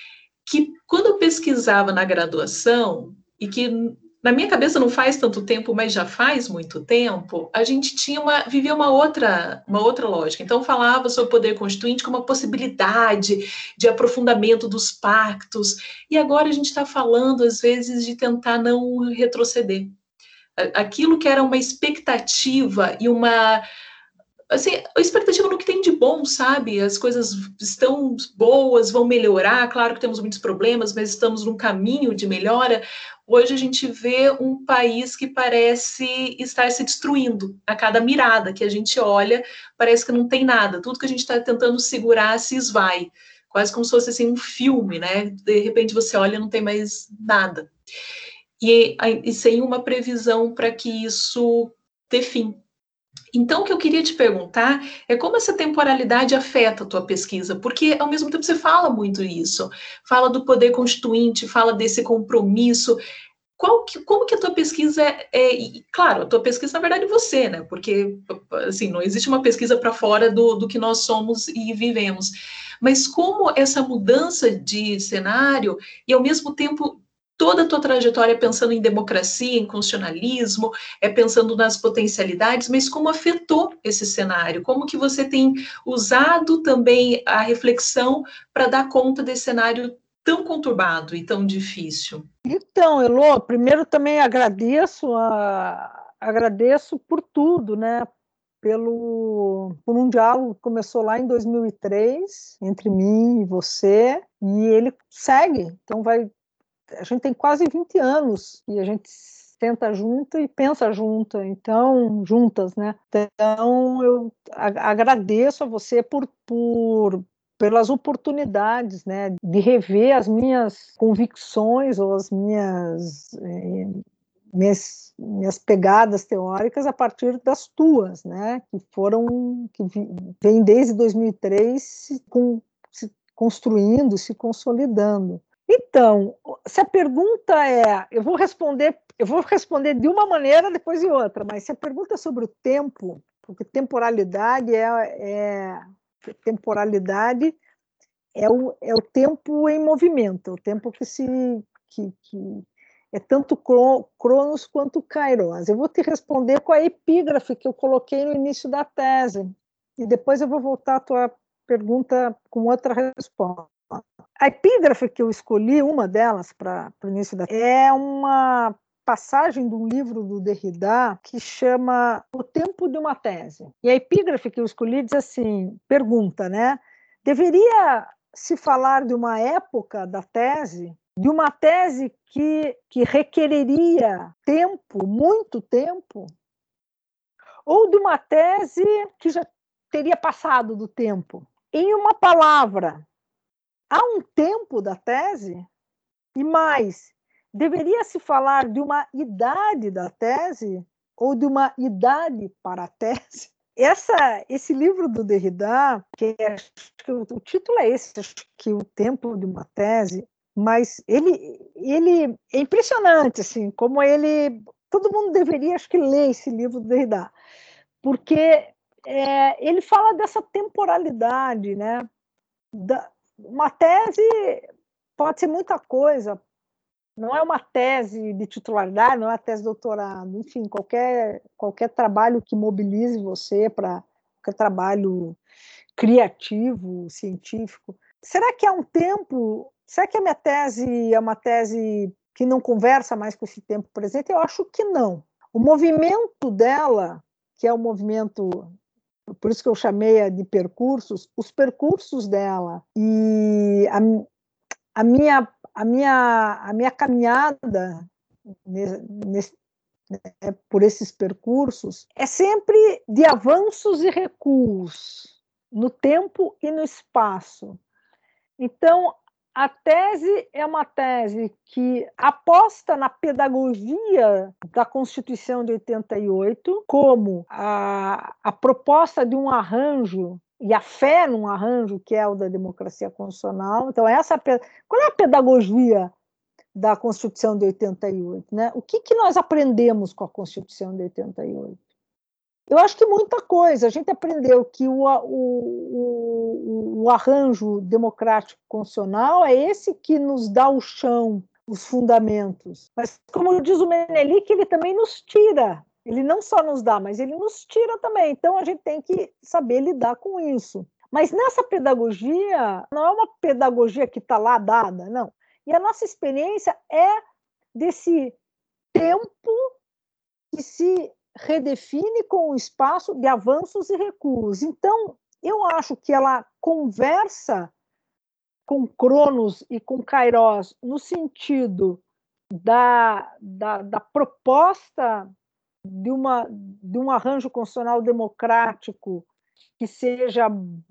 que quando eu pesquisava na graduação, e que na minha cabeça não faz tanto tempo, mas já faz muito tempo, a gente vivia uma outra lógica. Então, falava sobre o poder constituinte como uma possibilidade de aprofundamento dos pactos, e agora a gente está falando, às vezes, de tentar não retroceder. Aquilo que era uma expectativa e uma... assim, a expectativa no que tem de bom, sabe? As coisas estão boas, vão melhorar, claro que temos muitos problemas, mas estamos num caminho de melhora. Hoje a gente vê um país que parece estar se destruindo. A cada mirada que a gente olha, parece que não tem nada. Tudo que a gente está tentando segurar se esvai. Quase como se fosse assim, um filme, né? De repente você olha e não tem mais nada. E sem uma previsão para que isso dê fim. Então, o que eu queria te perguntar é como essa temporalidade afeta a tua pesquisa, porque, ao mesmo tempo, você fala muito isso, fala do poder constituinte, fala desse compromisso. Como que a tua pesquisa claro, a tua pesquisa, na verdade, é você, né? Porque, assim, não existe uma pesquisa para fora do que nós somos e vivemos. Mas como essa mudança de cenário e, ao mesmo tempo, toda a tua trajetória pensando em democracia, em constitucionalismo, pensando nas potencialidades, mas como afetou esse cenário? Como que você tem usado também a reflexão para dar conta desse cenário tão conturbado e tão difícil? Então, Elô, primeiro também agradeço por tudo, né? Por um diálogo que começou lá em 2003, entre mim e você, e ele segue, então a gente tem quase 20 anos e a gente senta junto e pensa junto, então, juntas, né? Então, eu agradeço a você pelas oportunidades, né, de rever as minhas convicções ou as minhas pegadas teóricas a partir das tuas, né, que vêm desde 2003 se construindo, se consolidando. Então, se a pergunta eu vou responder de uma maneira, depois de outra, mas se a pergunta é sobre o tempo, porque temporalidade é o tempo em movimento, o tempo que é tanto Cronos quanto Kairos. Eu vou te responder com a epígrafe que eu coloquei no início da tese, e depois eu vou voltar à tua pergunta com outra resposta. A epígrafe que eu escolhi, uma delas, para o início da tese, é uma passagem de um livro do Derrida que chama O Tempo de uma Tese. E a epígrafe que eu escolhi diz assim, pergunta, né? Deveria se falar de uma época da tese, de uma tese que requereria tempo, muito tempo, ou de uma tese que já teria passado do tempo? Em uma palavra, há um tempo da tese? E mais, deveria se falar de uma idade da tese ou de uma idade para a tese? Esse livro do Derrida, acho que o título é esse, acho que O Tempo de uma Tese, mas ele é impressionante, assim, como todo mundo deveria, acho que, ler esse livro do Derrida, porque ele fala dessa temporalidade, né? Uma tese pode ser muita coisa, não é uma tese de titularidade, não é uma tese de doutorado, enfim, qualquer trabalho que mobilize você para qualquer trabalho criativo, científico. Será que há um tempo, será que a minha tese é uma tese que não conversa mais com esse tempo presente? Eu acho que não. O movimento dela, que é o movimento, por isso que eu chamei de percursos, os percursos dela e a minha caminhada por esses percursos é sempre de avanços e recuos no tempo e no espaço. Então, a tese é uma tese que aposta na pedagogia da Constituição de 88 como a proposta de um arranjo e a fé num arranjo que é o da democracia constitucional. Então, qual é a pedagogia da Constituição de 88? Né? O que nós aprendemos com a Constituição de 88? Eu acho que muita coisa. A gente aprendeu que o arranjo democrático constitucional é esse que nos dá o chão, os fundamentos. Mas, como diz o Menelik, ele também nos tira. Ele não só nos dá, mas ele nos tira também. Então, a gente tem que saber lidar com isso. Mas nessa pedagogia, não é uma pedagogia que está lá dada, não. E a nossa experiência é desse tempo que se redefine com o espaço de avanços e recuos. Então, eu acho que ela conversa com Cronos e com Kairos no sentido da proposta de um arranjo constitucional democrático que seja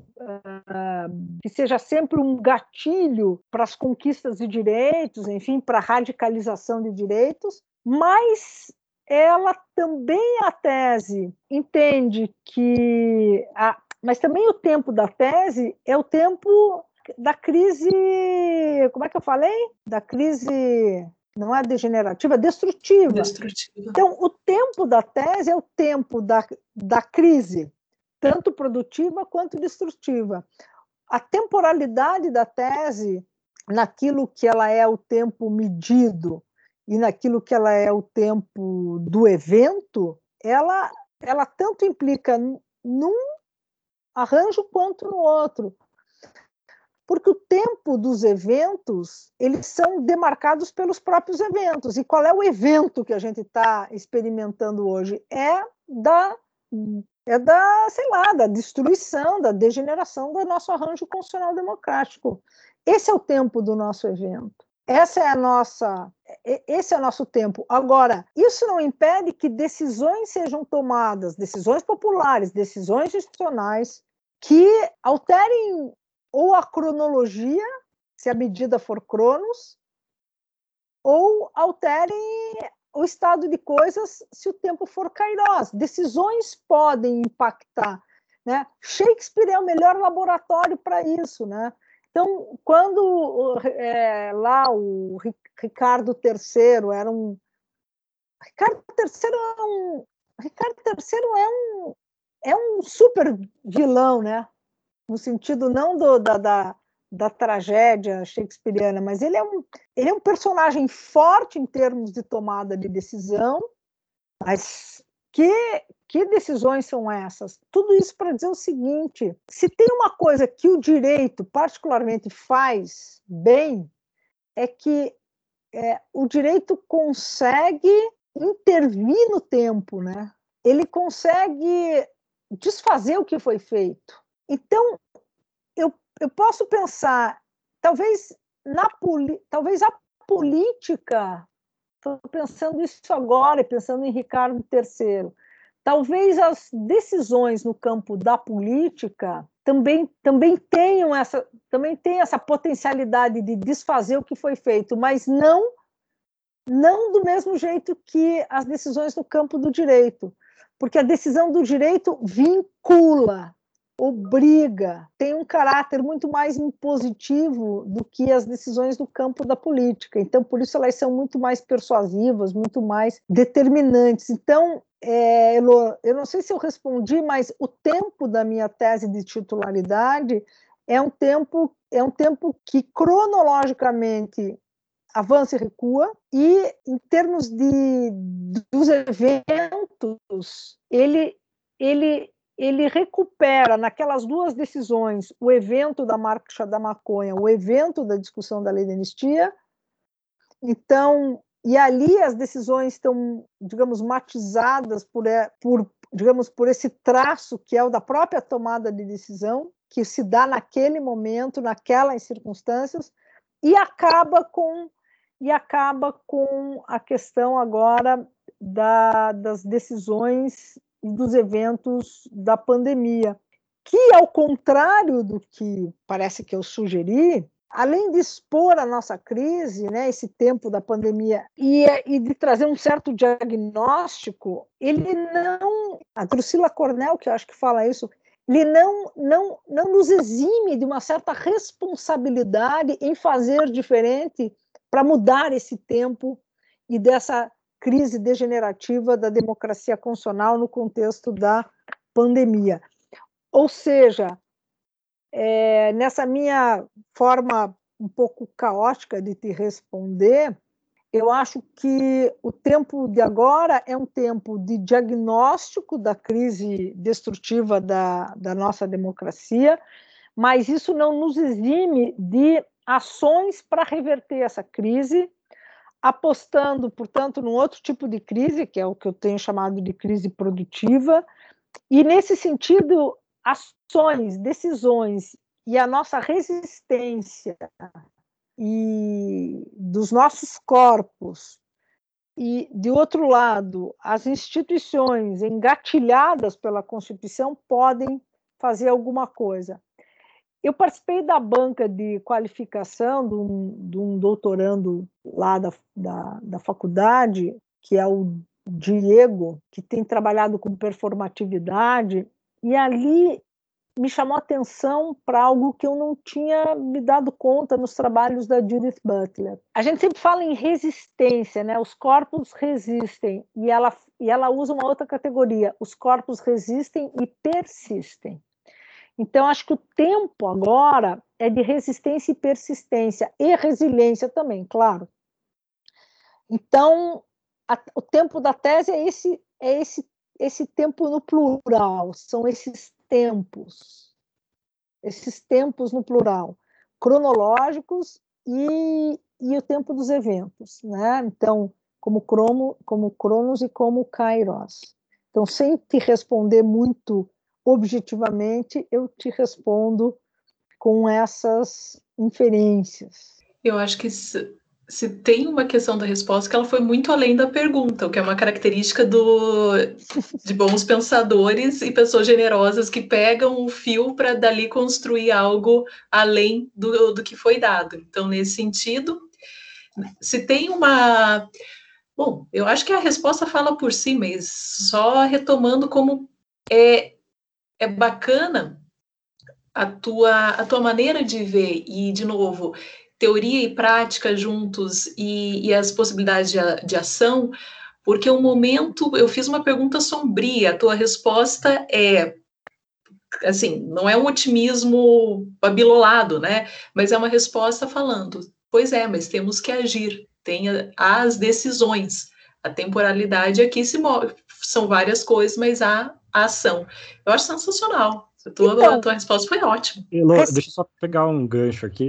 sempre um gatilho para as conquistas de direitos, enfim, para a radicalização de direitos, mas ela também, a tese, entende que... mas também o tempo da tese é o tempo da crise... Como é que eu falei? Da crise... Não é degenerativa, é destrutiva. Então, o tempo da tese é o tempo da crise, tanto produtiva quanto destrutiva. A temporalidade da tese, naquilo que ela é o tempo medido e naquilo que ela é o tempo do evento, ela tanto implica num arranjo quanto no outro. Porque o tempo dos eventos, eles são demarcados pelos próprios eventos. E qual é o evento que a gente está experimentando hoje? É da, sei lá, da destruição, da degeneração do nosso arranjo constitucional democrático. Esse é o tempo do nosso evento. Esse é o nosso tempo. Agora, isso não impede que decisões sejam tomadas, decisões populares, decisões institucionais, que alterem ou a cronologia, se a medida for Cronos, ou alterem o estado de coisas se o tempo for Kairos. Decisões podem impactar. Né? Shakespeare é o melhor laboratório para isso. Né? Então, quando lá o Ricardo III era um... Ricardo III é um super vilão, né? No sentido não da tragédia shakespeariana, mas ele é um personagem forte em termos de tomada de decisão, mas que decisões são essas? Tudo isso para dizer o seguinte, se tem uma coisa que o direito particularmente faz bem, é que o direito consegue intervir no tempo, né? Ele consegue desfazer o que foi feito. Então, eu posso pensar, talvez a política, estou pensando isso agora, pensando em Ricardo III, talvez as decisões no campo da política também tenham essa potencialidade de desfazer o que foi feito, mas não do mesmo jeito que as decisões no campo do direito, porque a decisão do direito vincula, obriga, tem um caráter muito mais impositivo do que as decisões do campo da política. Então, por isso elas são muito mais persuasivas, muito mais determinantes. Então, Elô, eu não sei se eu respondi, mas o tempo da minha tese de titularidade é um tempo que cronologicamente avança e recua, e em termos dos eventos, ele recupera naquelas duas decisões o evento da Marcha da Maconha, o evento da discussão da lei de anistia. Então, e ali as decisões estão, digamos, matizadas por esse traço que é o da própria tomada de decisão, que se dá naquele momento, naquelas circunstâncias, e acaba com a questão agora das decisões e dos eventos da pandemia, que, ao contrário do que parece que eu sugeri, além de expor a nossa crise, né, esse tempo da pandemia, e de trazer um certo diagnóstico, ele não... A Drusila Cornell, que eu acho que fala isso, ele não nos exime de uma certa responsabilidade em fazer diferente para mudar esse tempo e dessa crise degenerativa da democracia constitucional no contexto da pandemia. Ou seja, nessa minha forma um pouco caótica de te responder, eu acho que o tempo de agora é um tempo de diagnóstico da crise destrutiva da nossa democracia, mas isso não nos exime de ações para reverter essa crise, apostando, portanto, num outro tipo de crise, que é o que eu tenho chamado de crise produtiva, e, nesse sentido, ações, decisões e a nossa resistência e dos nossos corpos, e, de outro lado, as instituições engatilhadas pela Constituição podem fazer alguma coisa. Eu participei da banca de qualificação de um doutorando lá da faculdade, que é o Diego, que tem trabalhado com performatividade, e ali me chamou a atenção para algo que eu não tinha me dado conta nos trabalhos da Judith Butler. A gente sempre fala em resistência, né? Os corpos resistem, e ela usa uma outra categoria: os corpos resistem e persistem. Então, acho que o tempo agora é de resistência e persistência, e resiliência também, claro. Então, o tempo da tese é esse tempo no plural, são esses tempos no plural, cronológicos e o tempo dos eventos, né? Então, como Cronos e como Kairos. Então, sem te responder muito objetivamente, eu te respondo com essas inferências. Eu acho que se tem uma questão da resposta, que ela foi muito além da pergunta, o que é uma característica de bons pensadores e pessoas generosas que pegam o fio para dali construir algo além do que foi dado. Então, nesse sentido, se tem uma... Bom, eu acho que a resposta fala por si, mas só retomando como é bacana a tua maneira de ver, e, de novo, teoria e prática juntos e as possibilidades de ação, porque o momento, eu fiz uma pergunta sombria, a tua resposta é, assim, não é um otimismo abilolado, né? Mas é uma resposta falando, pois é, mas temos que agir, tem as decisões, a temporalidade aqui se move, são várias coisas, mas há a ação. Eu acho sensacional. A tua resposta foi ótima. Deixa eu só pegar um gancho aqui.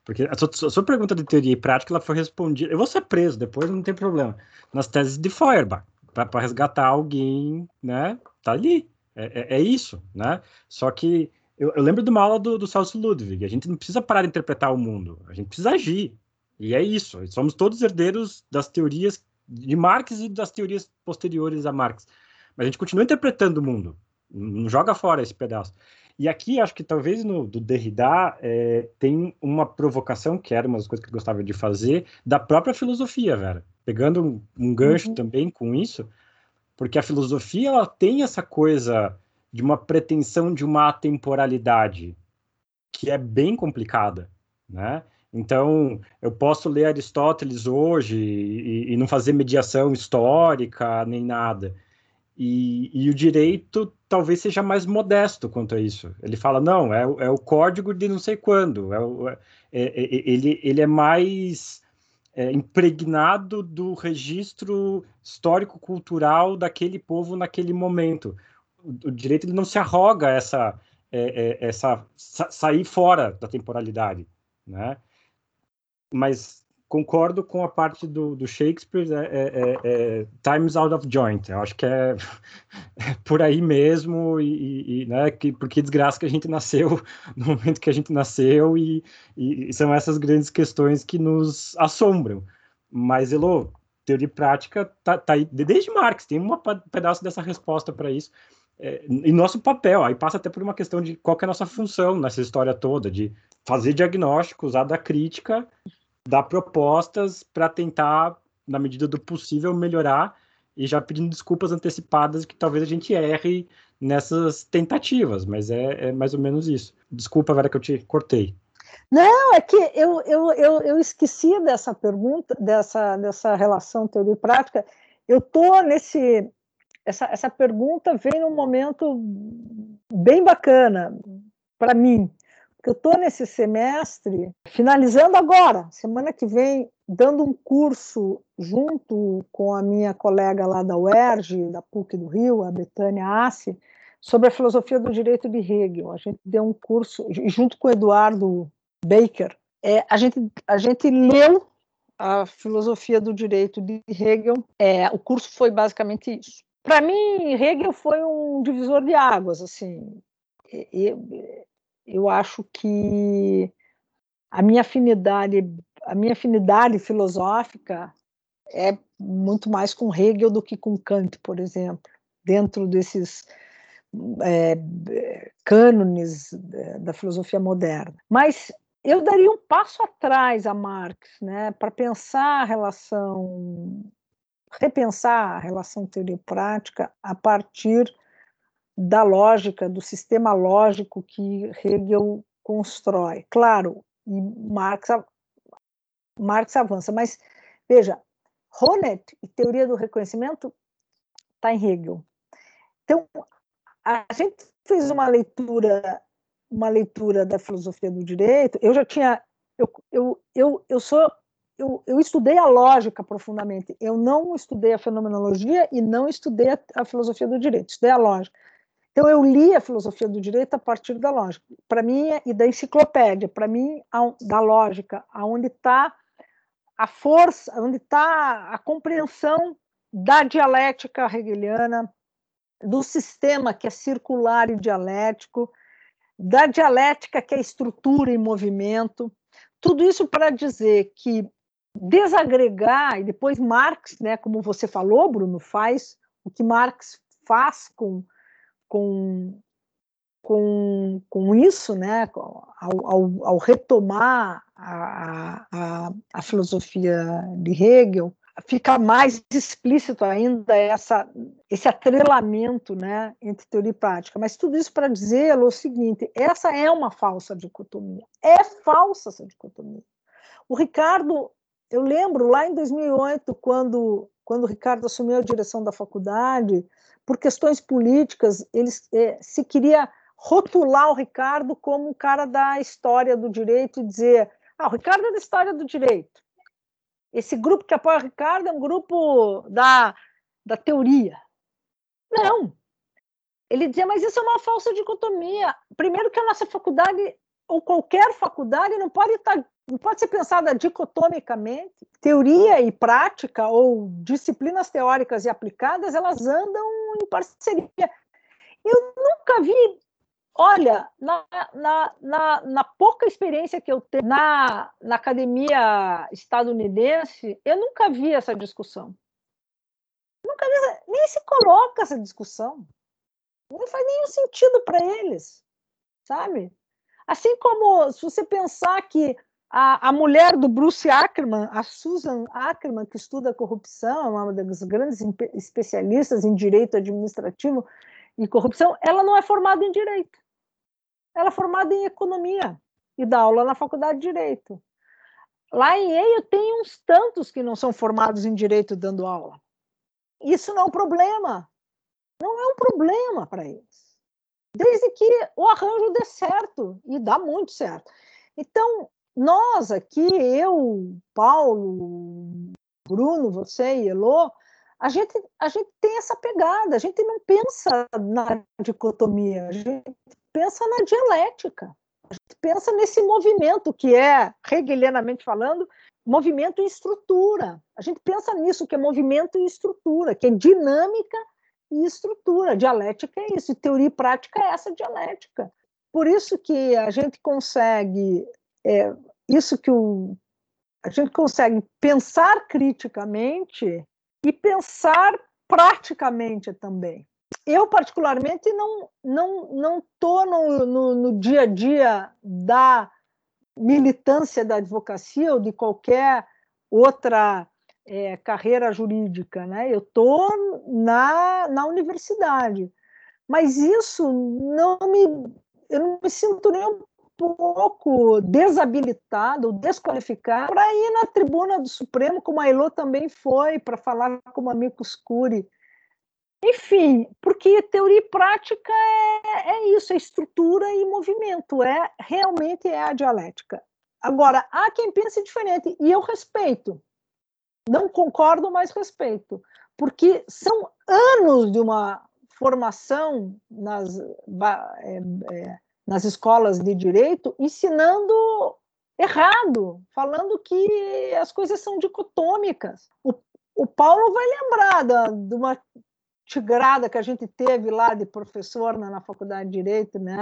Porque a sua pergunta de teoria e prática ela foi respondida. Eu vou ser preso depois, não tem problema. Nas teses de Feuerbach, para resgatar alguém, né? Tá ali. É isso, né? Só que eu lembro de uma aula do Celso Ludwig. A gente não precisa parar de interpretar o mundo, a gente precisa agir. E é isso. Somos todos herdeiros das teorias de Marx e das teorias posteriores a Marx. Mas a gente continua interpretando o mundo. Não joga fora esse pedaço. E aqui, acho que talvez do Derrida tem uma provocação, que era uma das coisas que eu gostava de fazer, da própria filosofia, Vera. Pegando um gancho também com isso, porque a filosofia ela tem essa coisa de uma pretensão de uma atemporalidade que é bem complicada, né? Então, eu posso ler Aristóteles hoje e não fazer mediação histórica nem nada. E o direito talvez seja mais modesto quanto a isso. Ele fala, não, é o código de não sei quando. Ele é mais impregnado do registro histórico-cultural daquele povo naquele momento. O direito ele não se arroga sair fora da temporalidade, né? Mas concordo com a parte do Shakespeare, times out of joint. Eu acho que é por aí mesmo, né, porque desgraça que a gente nasceu no momento que a gente nasceu, e são essas grandes questões que nos assombram. Mas, Elô, teoria e prática tá aí, desde Marx, tem um pedaço dessa resposta para isso. E nosso papel, aí passa até por uma questão de qual que é a nossa função nessa história toda, de fazer diagnóstico, usar da crítica, dar propostas para tentar, na medida do possível, melhorar, e já pedindo desculpas antecipadas que talvez a gente erre nessas tentativas, mas é mais ou menos isso. Desculpa, Vera, que eu te cortei. Não, é que eu esqueci dessa pergunta, dessa relação teoria e prática. Eu estou nesse... Essa pergunta vem num momento bem bacana para mim, porque eu estou nesse semestre, finalizando agora, semana que vem, dando um curso junto com a minha colega lá da UERJ, da PUC do Rio, a Betânia Assi, sobre a filosofia do direito de Hegel. A gente deu um curso, junto com o Eduardo Baker, a gente leu a filosofia do direito de Hegel. O curso foi basicamente isso. Para mim, Hegel foi um divisor de águas, assim. Eu acho que a minha afinidade filosófica é muito mais com Hegel do que com Kant, por exemplo, dentro desses cânones da filosofia moderna. Mas eu daria um passo atrás a Marx, né, para repensar a relação teoria-prática a partir da lógica, do sistema lógico que Hegel constrói. Claro, e Marx avança, mas, veja, Honneth e teoria do reconhecimento está em Hegel. Então, a gente fez uma leitura da filosofia do direito. Eu já tinha... Eu estudei a lógica profundamente. Eu não estudei a fenomenologia e não estudei a filosofia do direito. Estudei a lógica. Então, eu li a filosofia do direito a partir da lógica. Para mim, e da enciclopédia. Para mim, da lógica, onde está a força, onde está a compreensão da dialética hegeliana, do sistema que é circular e dialético, da dialética que é estrutura e movimento. Tudo isso para dizer que desagregar, e depois Marx, né, como você falou, Bruno, faz o que Marx faz com isso, né, ao retomar a filosofia de Hegel, fica mais explícito ainda esse atrelamento, né, entre teoria e prática. Mas tudo isso para dizer o seguinte: essa é uma falsa dicotomia. É falsa essa dicotomia. O Ricardo, eu lembro lá em 2008, quando o Ricardo assumiu a direção da faculdade, por questões políticas, se queria rotular o Ricardo como um cara da história do direito e dizer: o Ricardo é da história do direito. Esse grupo que apoia o Ricardo é um grupo da teoria. Não. Ele dizia, mas isso é uma falsa dicotomia. Primeiro que a nossa faculdade ou qualquer faculdade não pode ser pensada dicotomicamente. Teoria e prática, ou disciplinas teóricas e aplicadas, elas andam em parceria. Eu nunca vi, olha, na pouca experiência que eu tenho na academia estadunidense, eu nunca vi essa discussão. Nunca vi, nem se coloca essa discussão. Não faz nenhum sentido para eles, sabe? Assim como, se você pensar que a mulher do Bruce Ackerman, a Susan Ackerman, que estuda corrupção, uma das grandes especialistas em direito administrativo e corrupção, ela não é formada em direito. Ela é formada em economia e dá aula na faculdade de direito. Lá em Yale tem uns tantos que não são formados em direito dando aula. Isso não é um problema. Não é um problema para eles. Desde que o arranjo dê certo, e dá muito certo. Então, nós aqui, eu, Paulo, Bruno, você e Elô, a gente tem essa pegada, a gente não pensa na dicotomia, a gente pensa na dialética, a gente pensa nesse movimento que é, hegelianamente falando, movimento e estrutura. A gente pensa nisso, que é movimento e estrutura, que é dinâmica e estrutura. Dialética é isso, e teoria e prática é essa dialética. Por isso que a gente consegue, a gente consegue pensar criticamente e pensar praticamente também. Eu, particularmente, não estou no dia a dia da militância da advocacia ou de qualquer outra carreira jurídica, né? Eu estou na universidade, mas isso eu não me sinto nem um pouco desabilitado ou desqualificado para ir na tribuna do Supremo, como a Elô também foi, para falar como amicus curiae. Enfim, porque teoria e prática é isso, é estrutura e movimento, realmente é a dialética. Agora, há quem pense diferente, e eu respeito. Não concordo, mas respeito. Porque são anos de uma formação nas escolas de direito, ensinando errado, falando que as coisas são dicotômicas. O Paulo vai lembrar de uma tigrada que a gente teve lá de professor na faculdade de Direito, né?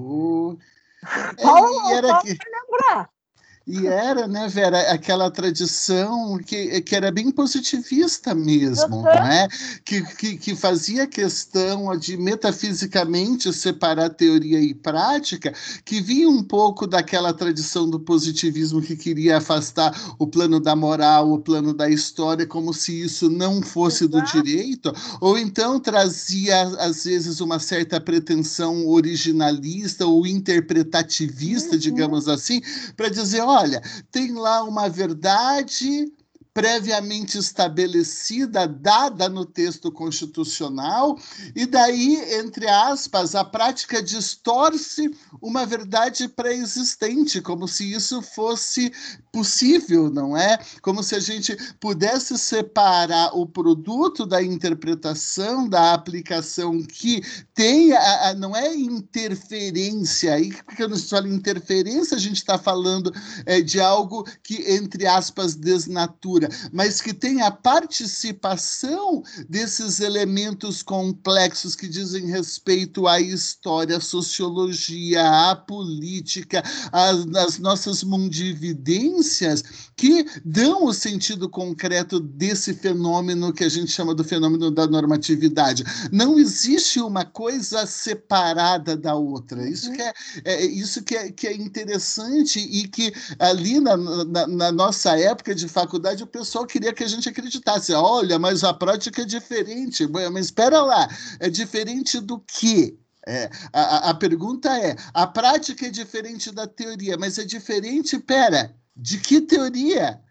Paulo vai lembrar. E era, né, Vera, aquela tradição que era bem positivista mesmo, né? Que fazia questão de metafisicamente separar teoria e prática, que vinha um pouco daquela tradição do positivismo que queria afastar o plano da moral, o plano da história, como se isso não fosse do direito, ou então trazia, às vezes, uma certa pretensão originalista ou interpretativista, digamos assim, para dizer, olha, tem lá uma verdade previamente estabelecida, dada no texto constitucional, e daí, entre aspas, a prática distorce uma verdade pré-existente, como se isso fosse possível, não é? Como se a gente pudesse separar o produto da interpretação, da aplicação, que tem, não é interferência, aí quando a gente fala interferência, a gente está falando de algo que, entre aspas, desnatura, mas que tem a participação desses elementos complexos que dizem respeito à história, à sociologia, à política, às nossas mundividências, que dão o sentido concreto desse fenômeno que a gente chama do fenômeno da normatividade. Não existe uma coisa separada da outra. Isso que é interessante, e que ali na nossa época de faculdade o pessoal queria que a gente acreditasse. Olha, mas a prática é diferente. Mas espera lá, é diferente do quê? A pergunta é, a prática é diferente da teoria, mas é diferente, de que teoria?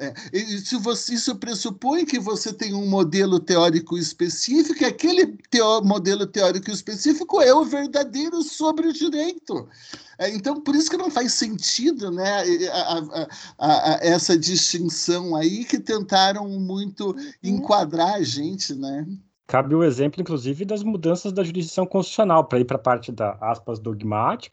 Isso pressupõe que você tem um modelo teórico específico, e aquele modelo teórico específico é o verdadeiro sobre o direito. Então, por isso que não faz sentido, né, essa distinção aí, que tentaram muito enquadrar a gente, né? Cabe o exemplo, inclusive, das mudanças da jurisdição constitucional, para ir para a parte da, aspas, dogmática,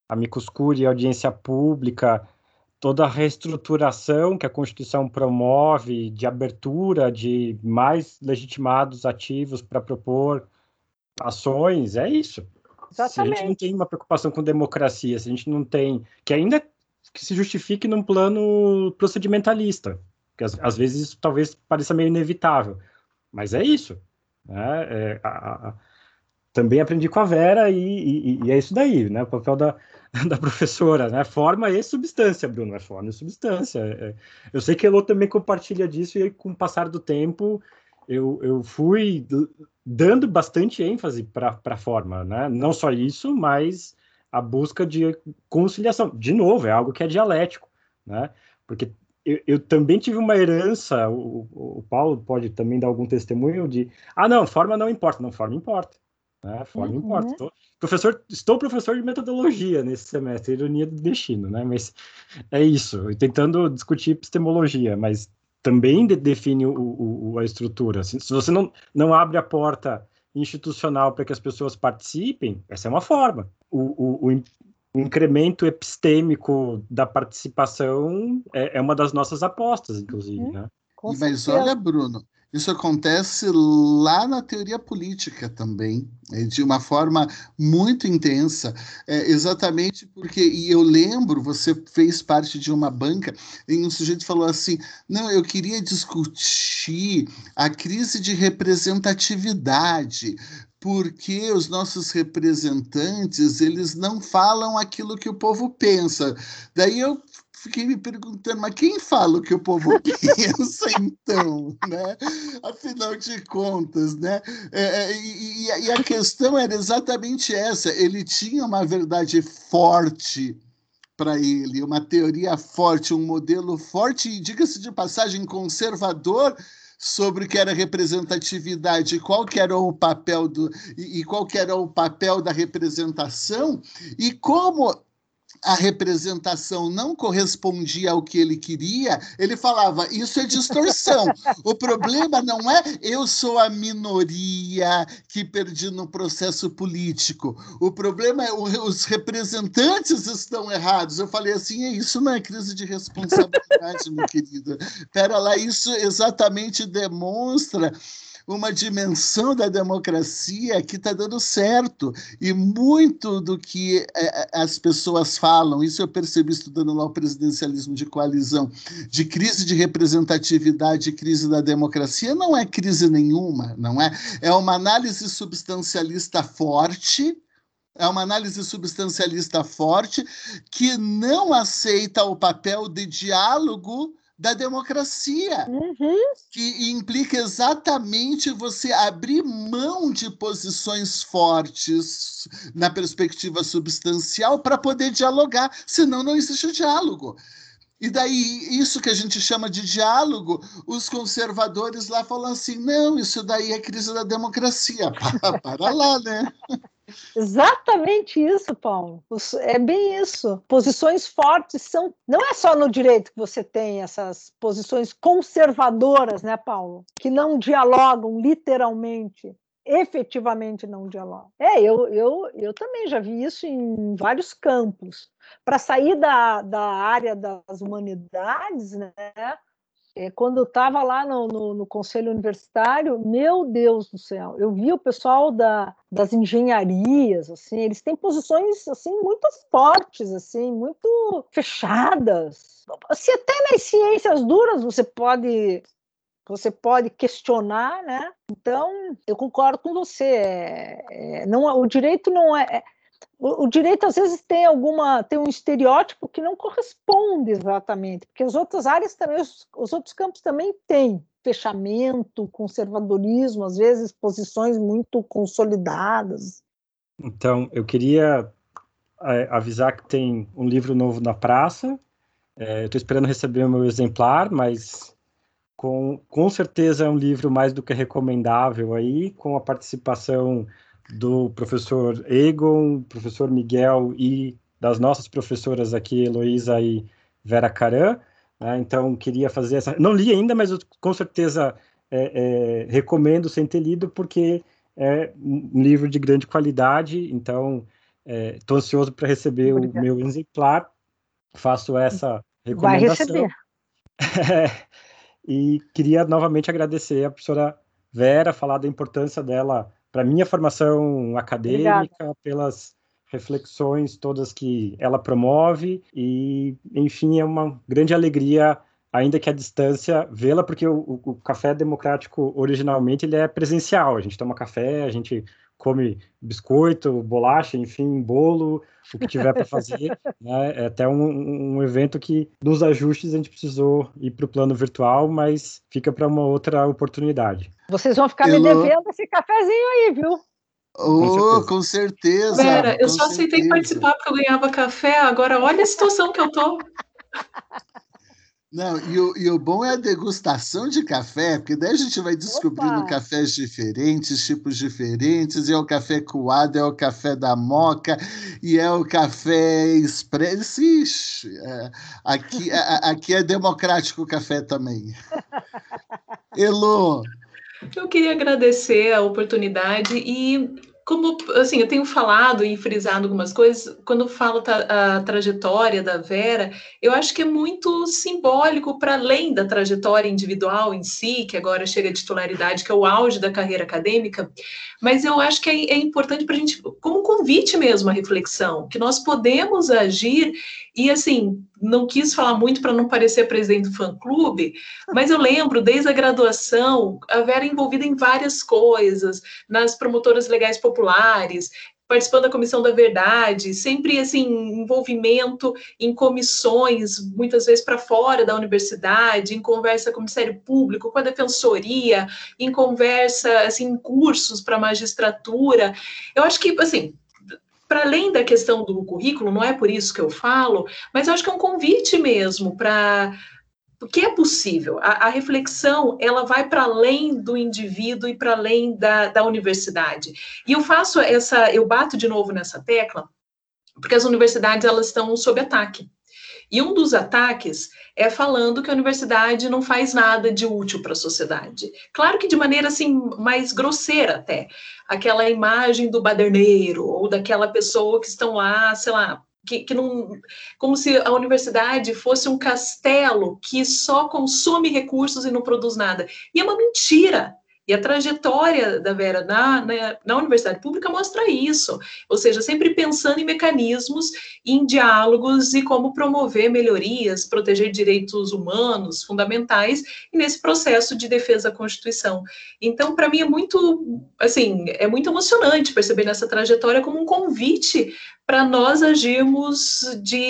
amicus curiae, audiência pública, toda a reestruturação que a Constituição promove de abertura de mais legitimados ativos para propor ações, é isso. Exatamente. Se a gente não tem uma preocupação com democracia, se a gente não tem, que ainda que se justifique num plano procedimentalista, que às vezes isso talvez pareça meio inevitável, mas é isso, né? Também aprendi com a Vera e é isso daí, né? O papel da professora, né? Forma e substância, Bruno, é forma e substância. Eu sei que a Elô também compartilha disso e com o passar do tempo eu fui dando bastante ênfase para a forma, né? Não só isso, mas a busca de conciliação. De novo, é algo que é dialético, né? Porque eu também tive uma herança, o Paulo pode também dar algum testemunho de, não, forma não importa. Não, forma importa. Né? Forma importa. Estou professor de metodologia nesse semestre, ironia do destino, né? Mas é isso, tentando discutir epistemologia, mas também define a estrutura. Se você não abre a porta institucional para que as pessoas participem, essa é uma forma. O incremento epistêmico da participação é uma das nossas apostas, inclusive. Né? Mas olha, Bruno, isso acontece lá na teoria política também, de uma forma muito intensa, exatamente porque, e eu lembro, você fez parte de uma banca, e um sujeito falou assim, não, eu queria discutir a crise de representatividade, porque os nossos representantes, eles não falam aquilo que o povo pensa. Daí eu fiquei me perguntando, mas quem fala o que o povo pensa, então, né? Afinal de contas, né? E a questão era exatamente essa. Ele tinha uma verdade forte para ele, uma teoria forte, um modelo forte, e diga-se de passagem, conservador, sobre o que era representatividade, qual que era o papel qual que era o papel da representação, e como a representação não correspondia ao que ele queria, ele falava, isso é distorção. O problema não é eu sou a minoria que perdi no processo político. O problema é os representantes estão errados. Eu falei assim, isso não é crise de responsabilidade, meu querido. Pera lá, isso exatamente demonstra uma dimensão da democracia que está dando certo. E muito do que as pessoas falam, isso eu percebi estudando lá o presidencialismo de coalizão, de crise de representatividade, crise da democracia, não é crise nenhuma, não é? É uma análise substancialista forte, que não aceita o papel de diálogo da democracia, que implica exatamente você abrir mão de posições fortes na perspectiva substancial para poder dialogar, senão não existe diálogo. E daí, isso que a gente chama de diálogo, os conservadores lá falam assim, não, isso daí é crise da democracia. Para lá, né? Exatamente isso, Paulo. É bem isso. Posições fortes são... Não é só no direito que você tem essas posições conservadoras, né, Paulo? Que não dialogam literalmente, efetivamente não dialogam. Eu também já vi isso em vários campos. Para sair da área das humanidades, né? Quando eu estava lá no Conselho Universitário, meu Deus do céu, eu vi o pessoal das engenharias, assim, eles têm posições assim, muito fortes, assim, muito fechadas. Se até nas ciências duras você pode questionar, né? Então, eu concordo com você. O direito não é... O direito, às vezes, tem um estereótipo que não corresponde exatamente, porque as outras áreas também, os outros campos também têm fechamento, conservadorismo, às vezes posições muito consolidadas. Então, eu queria avisar que tem um livro novo na praça. Eu estou esperando receber o meu exemplar, mas com certeza é um livro mais do que recomendável aí, com a participação do professor Egon, professor Miguel e das nossas professoras aqui, Heloísa e Vera Caran, né? Então, queria fazer essa... Não li ainda, mas eu com certeza recomendo sem ter lido, porque é um livro de grande qualidade, então estou ansioso para receber o meu exemplar, faço essa recomendação. Vai receber. E queria novamente agradecer a professora Vera, falar da importância dela para minha formação acadêmica, Obrigada. Pelas reflexões todas que ela promove, e, enfim, é uma grande alegria, ainda que à distância, vê-la, porque o Café Democrático, originalmente, ele é presencial, a gente toma café, a gente come biscoito, bolacha, enfim, bolo, o que tiver para fazer, né? É até um evento que, nos ajustes, a gente precisou ir para o plano virtual, mas fica para uma outra oportunidade. Vocês vão ficar me devendo esse cafezinho aí, viu? Com certeza. Vera, eu só aceitei participar porque eu ganhava café, agora olha a situação que eu tô. Não, e o bom é a degustação de café, porque daí a gente vai descobrindo cafés diferentes, tipos diferentes, e é o café coado, é o café da moca, e é o café expresso. Aqui é democrático o café também. Elô. Eu queria agradecer a oportunidade e, como assim, eu tenho falado e frisado algumas coisas, quando falo a trajetória da Vera, eu acho que é muito simbólico para além da trajetória individual em si, que agora chega à titularidade, que é o auge da carreira acadêmica, mas eu acho que é importante para a gente, como convite mesmo à reflexão, que nós podemos agir e, assim, não quis falar muito para não parecer presidente do fã-clube, mas eu lembro, desde a graduação, a Vera envolvida em várias coisas, nas promotoras legais populares, participando da Comissão da Verdade, sempre, assim, envolvimento em comissões, muitas vezes para fora da universidade, em conversa com o Ministério Público, com a Defensoria, em conversa, assim, em cursos para magistratura. Eu acho que, assim, para além da questão do currículo, não é por isso que eu falo, mas eu acho que é um convite mesmo para o que é possível. A reflexão, ela vai para além do indivíduo e para além da universidade. E eu bato de novo nessa tecla, porque as universidades, elas estão sob ataque. E um dos ataques é falando que a universidade não faz nada de útil para a sociedade. Claro que de maneira, assim, mais grosseira até. Aquela imagem do baderneiro, ou daquela pessoa que estão lá, sei lá, que não, como se a universidade fosse um castelo que só consome recursos e não produz nada. E é uma mentira. E a trajetória da Vera na universidade pública mostra isso. Ou seja, sempre pensando em mecanismos, em diálogos e como promover melhorias, proteger direitos humanos fundamentais e nesse processo de defesa da Constituição. Então, para mim, é muito emocionante perceber nessa trajetória como um convite para nós agirmos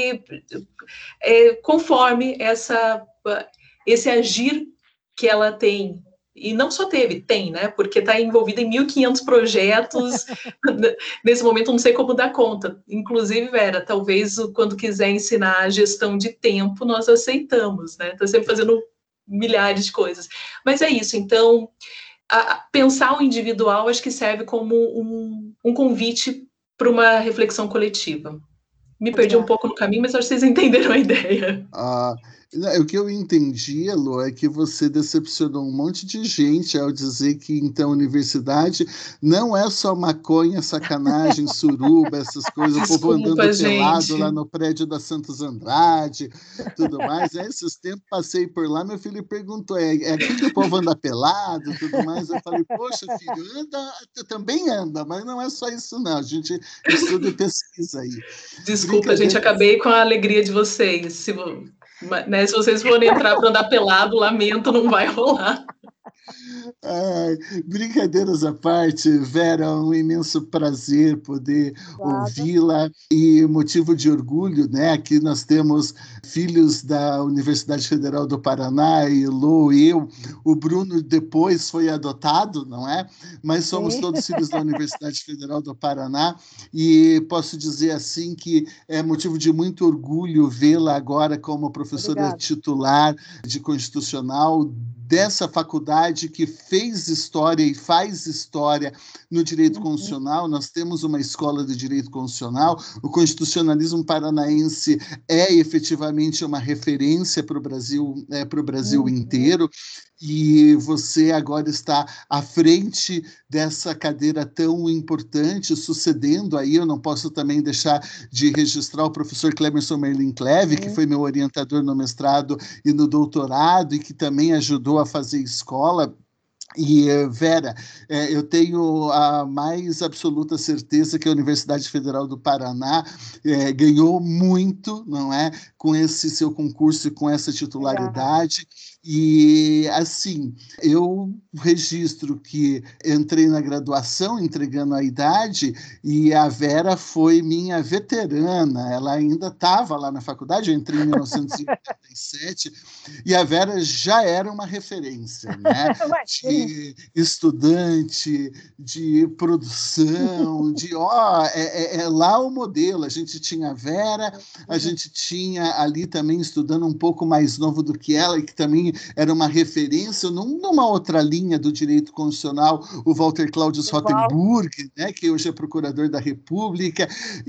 conforme esse agir que ela tem. E não só tem, né? Porque está envolvida em 1.500 projetos. Nesse momento, não sei como dar conta. Inclusive, Vera, talvez quando quiser ensinar a gestão de tempo, nós aceitamos, né? Está sempre fazendo milhares de coisas. Mas é isso. Então, pensar o individual, acho que serve como um convite para uma reflexão coletiva. Me perdi um pouco no caminho, mas acho que vocês entenderam a ideia. O que eu entendi, Elô, é que você decepcionou um monte de gente ao dizer que, então, a universidade não é só maconha, sacanagem, suruba, essas coisas, o povo andando pelado lá no prédio da Santos Andrade, tudo mais. Esses tempos passei por lá, meu filho perguntou, é aqui que o povo anda pelado, tudo mais? Eu falei, poxa, filho, também anda, mas não é só isso, não. A gente estuda e pesquisa aí. Desculpa, gente, acabei com a alegria de vocês. Se vocês forem entrar para andar pelado, lamento, não vai rolar. Brincadeiras à parte, Vera, é um imenso prazer poder ouvi-la e motivo de orgulho, né? Aqui nós temos filhos da Universidade Federal do Paraná, Elô, eu, o Bruno depois foi adotado, não é? Mas somos todos filhos da Universidade Federal do Paraná e posso dizer assim que é motivo de muito orgulho vê-la agora como professora titular de Constitucional dessa faculdade que fez história e faz história no direito constitucional. Nós temos uma escola de direito constitucional, o constitucionalismo paranaense é efetivamente uma referência para o Brasil inteiro, e você agora está à frente dessa cadeira tão importante, sucedendo aí, eu não posso também deixar de registrar o professor Clemerson Merlin Cleve, que foi meu orientador no mestrado e no doutorado, e que também ajudou a fazer escola. E, Vera, eu tenho a mais absoluta certeza que a Universidade Federal do Paraná ganhou muito, não é, com esse seu concurso e com essa titularidade. E, assim, eu registro que entrei na graduação entregando a idade e a Vera foi minha veterana. Ela ainda estava lá na faculdade, eu entrei em 1987, e a Vera já era uma referência, né? De estudante, de produção, é lá o modelo. A gente tinha a Vera, a gente tinha ali também estudando um pouco mais novo do que ela, e que também era uma referência numa outra linha do direito constitucional, o Walter Claudius Rothenburg, né, que hoje é procurador da República,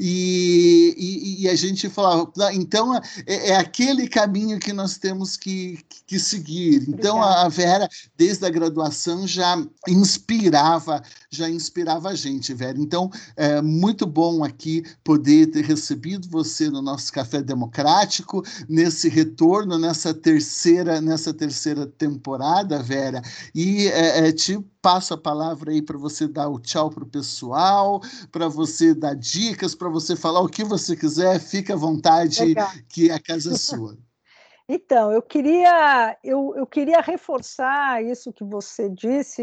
e a gente falava, então é aquele caminho que nós temos que seguir. Então a Vera, desde a graduação, já inspirava a gente, Vera. Então, é muito bom aqui poder ter recebido você no nosso Café Democrático, nesse retorno, nessa terceira temporada, Vera, e te passo a palavra aí para você dar o tchau para o pessoal, para você dar dicas, para você falar o que você quiser, fica à vontade. Legal. Que a casa é sua. Então, eu queria reforçar isso que você disse,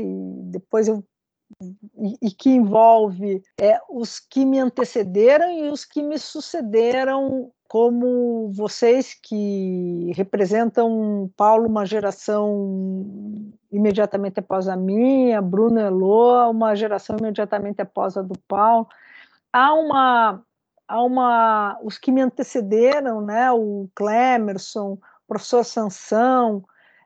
e que envolve os que me antecederam e os que me sucederam, como vocês que representam, Paulo, uma geração imediatamente após a minha, Bruno e Elô, uma geração imediatamente após a do Paulo. Os que me antecederam, né, o Clemerson, o professor Sansão,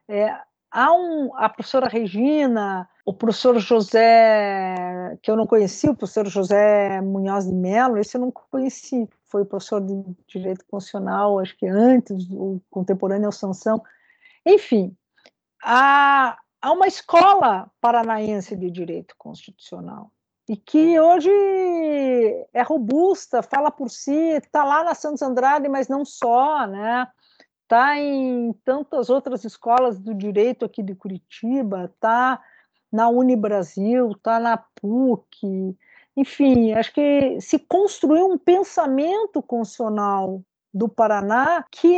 a professora Regina, o professor José, que eu não conheci, o professor José Munhoz de Mello, esse eu não conheci, foi o professor de Direito Constitucional, acho que antes, o contemporâneo ao Sansão. Enfim, há uma escola paranaense de Direito Constitucional, e que hoje é robusta, fala por si, está lá na Santos Andrade, mas não só, né? Está em tantas outras escolas do direito aqui de Curitiba, está na Unibrasil, está na PUC, enfim, acho que se construiu um pensamento constitucional do Paraná que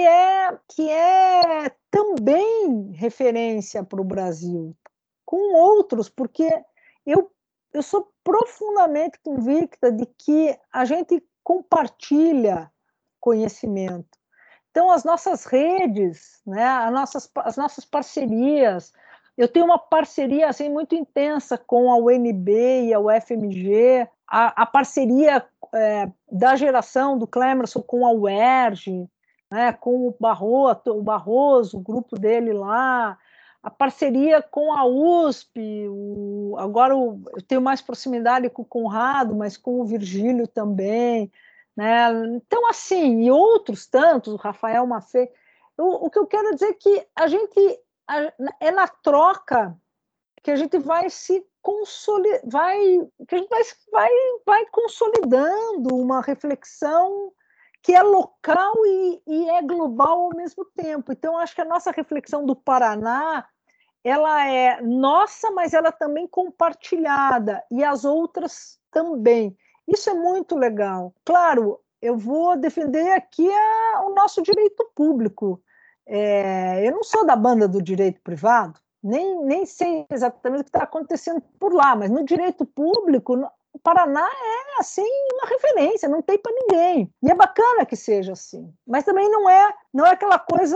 é também referência para o Brasil, com outros, porque eu sou profundamente convicta de que a gente compartilha conhecimento. Então, as nossas redes, né, as nossas parcerias, eu tenho uma parceria assim, muito intensa com a UNB e a UFMG, a parceria da geração do Clemerson com a UERJ, né, com o Barroso, o grupo dele lá, a parceria com a USP, agora eu tenho mais proximidade com o Conrado, mas com o Virgílio também, né? Então, assim, e outros tantos, o Rafael Maffei. O que eu quero dizer é que é na troca que a gente vai se consolidar, que a gente vai consolidando uma reflexão que é local e é global ao mesmo tempo. Então, acho que a nossa reflexão do Paraná, ela é nossa, mas ela também compartilhada, e as outras também. Isso é muito legal. Claro, eu vou defender aqui o nosso direito público. Eu não sou da banda do direito privado, nem sei exatamente o que está acontecendo por lá, mas no direito público, o Paraná é assim uma referência, não tem para ninguém. E é bacana que seja assim. Mas também não é aquela coisa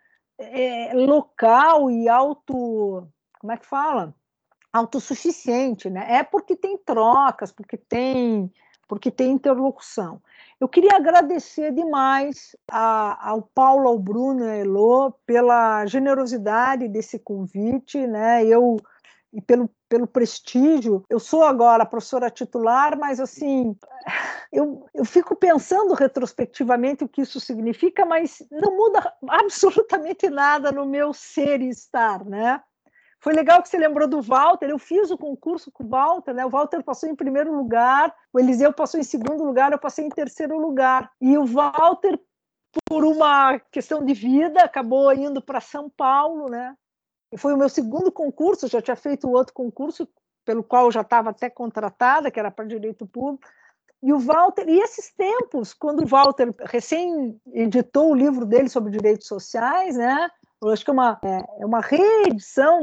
local e como é que fala? Autossuficiente, né? É porque tem trocas, porque tem interlocução. Eu queria agradecer demais ao Paulo, ao Bruno e à Elô pela generosidade desse convite, né? E pelo prestígio. Eu sou agora professora titular, mas assim, eu fico pensando retrospectivamente o que isso significa, mas não muda absolutamente nada no meu ser e estar, né? Foi legal que você lembrou do Walter. Eu fiz o concurso com o Walter, né? O Walter passou em primeiro lugar, o Eliseu passou em segundo lugar, eu passei em terceiro lugar. E o Walter, por uma questão de vida, acabou indo para São Paulo, né? E foi o meu segundo concurso, já tinha feito outro concurso, pelo qual eu já estava até contratada, que era para Direito Público. E o Walter, e esses tempos, quando o Walter recém editou o livro dele sobre direitos sociais, né? Eu acho que é uma reedição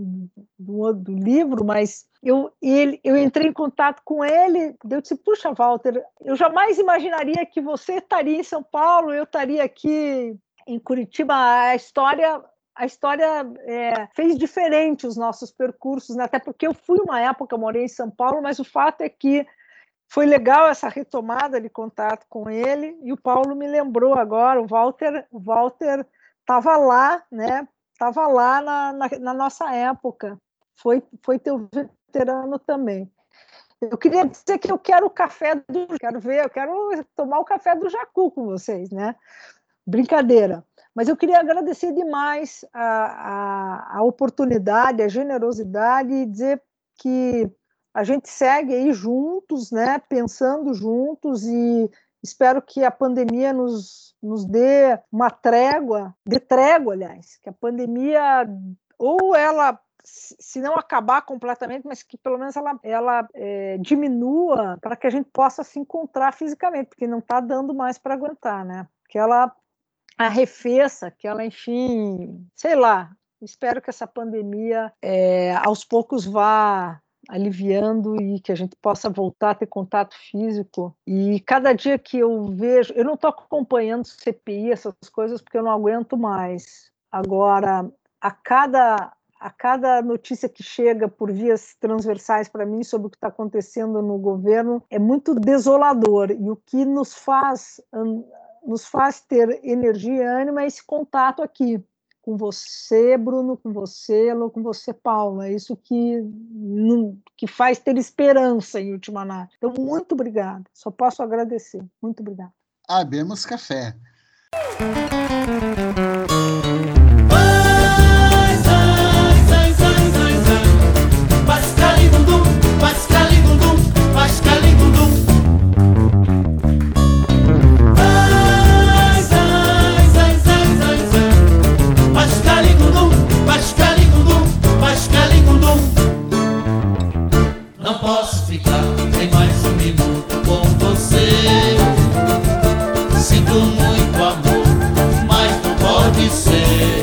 do livro, mas eu entrei em contato com ele, eu disse, puxa, Walter, eu jamais imaginaria que você estaria em São Paulo, eu estaria aqui em Curitiba. A história fez diferente os nossos percursos, né? Até porque eu fui uma época, eu morei em São Paulo, mas o fato é que foi legal essa retomada de contato com ele, e o Paulo me lembrou agora, o Walter estava lá, né? Estava lá na nossa época, foi teu veterano também. Eu queria dizer que eu quero o café eu quero tomar o café do Jacu com vocês, né? Brincadeira. Mas eu queria agradecer demais a oportunidade, a generosidade, e dizer que a gente segue aí juntos, né, pensando juntos, e espero que a pandemia nos dê uma trégua, aliás, que a pandemia, ou ela, se não acabar completamente, mas que pelo menos ela diminua, para que a gente possa se encontrar fisicamente, porque não está dando mais para aguentar, né? Que ela arrefeça, que ela, enfim, sei lá, espero que essa pandemia aos poucos vá aliviando e que a gente possa voltar a ter contato físico. E cada dia que eu vejo, eu não estou acompanhando CPI, essas coisas, porque eu não aguento mais. Agora, a cada notícia que chega por vias transversais para mim sobre o que está acontecendo no governo é muito desolador, e o que nos faz ter energia e ânimo é esse contato aqui, com você, Bruno, com você, Elô, com você, Paula. É isso que faz ter esperança, em última análise. Então, muito obrigada. Só posso agradecer. Muito obrigada. Abemos café. Não posso ficar nem mais um minuto com você. Sinto muito amor, mas não pode ser.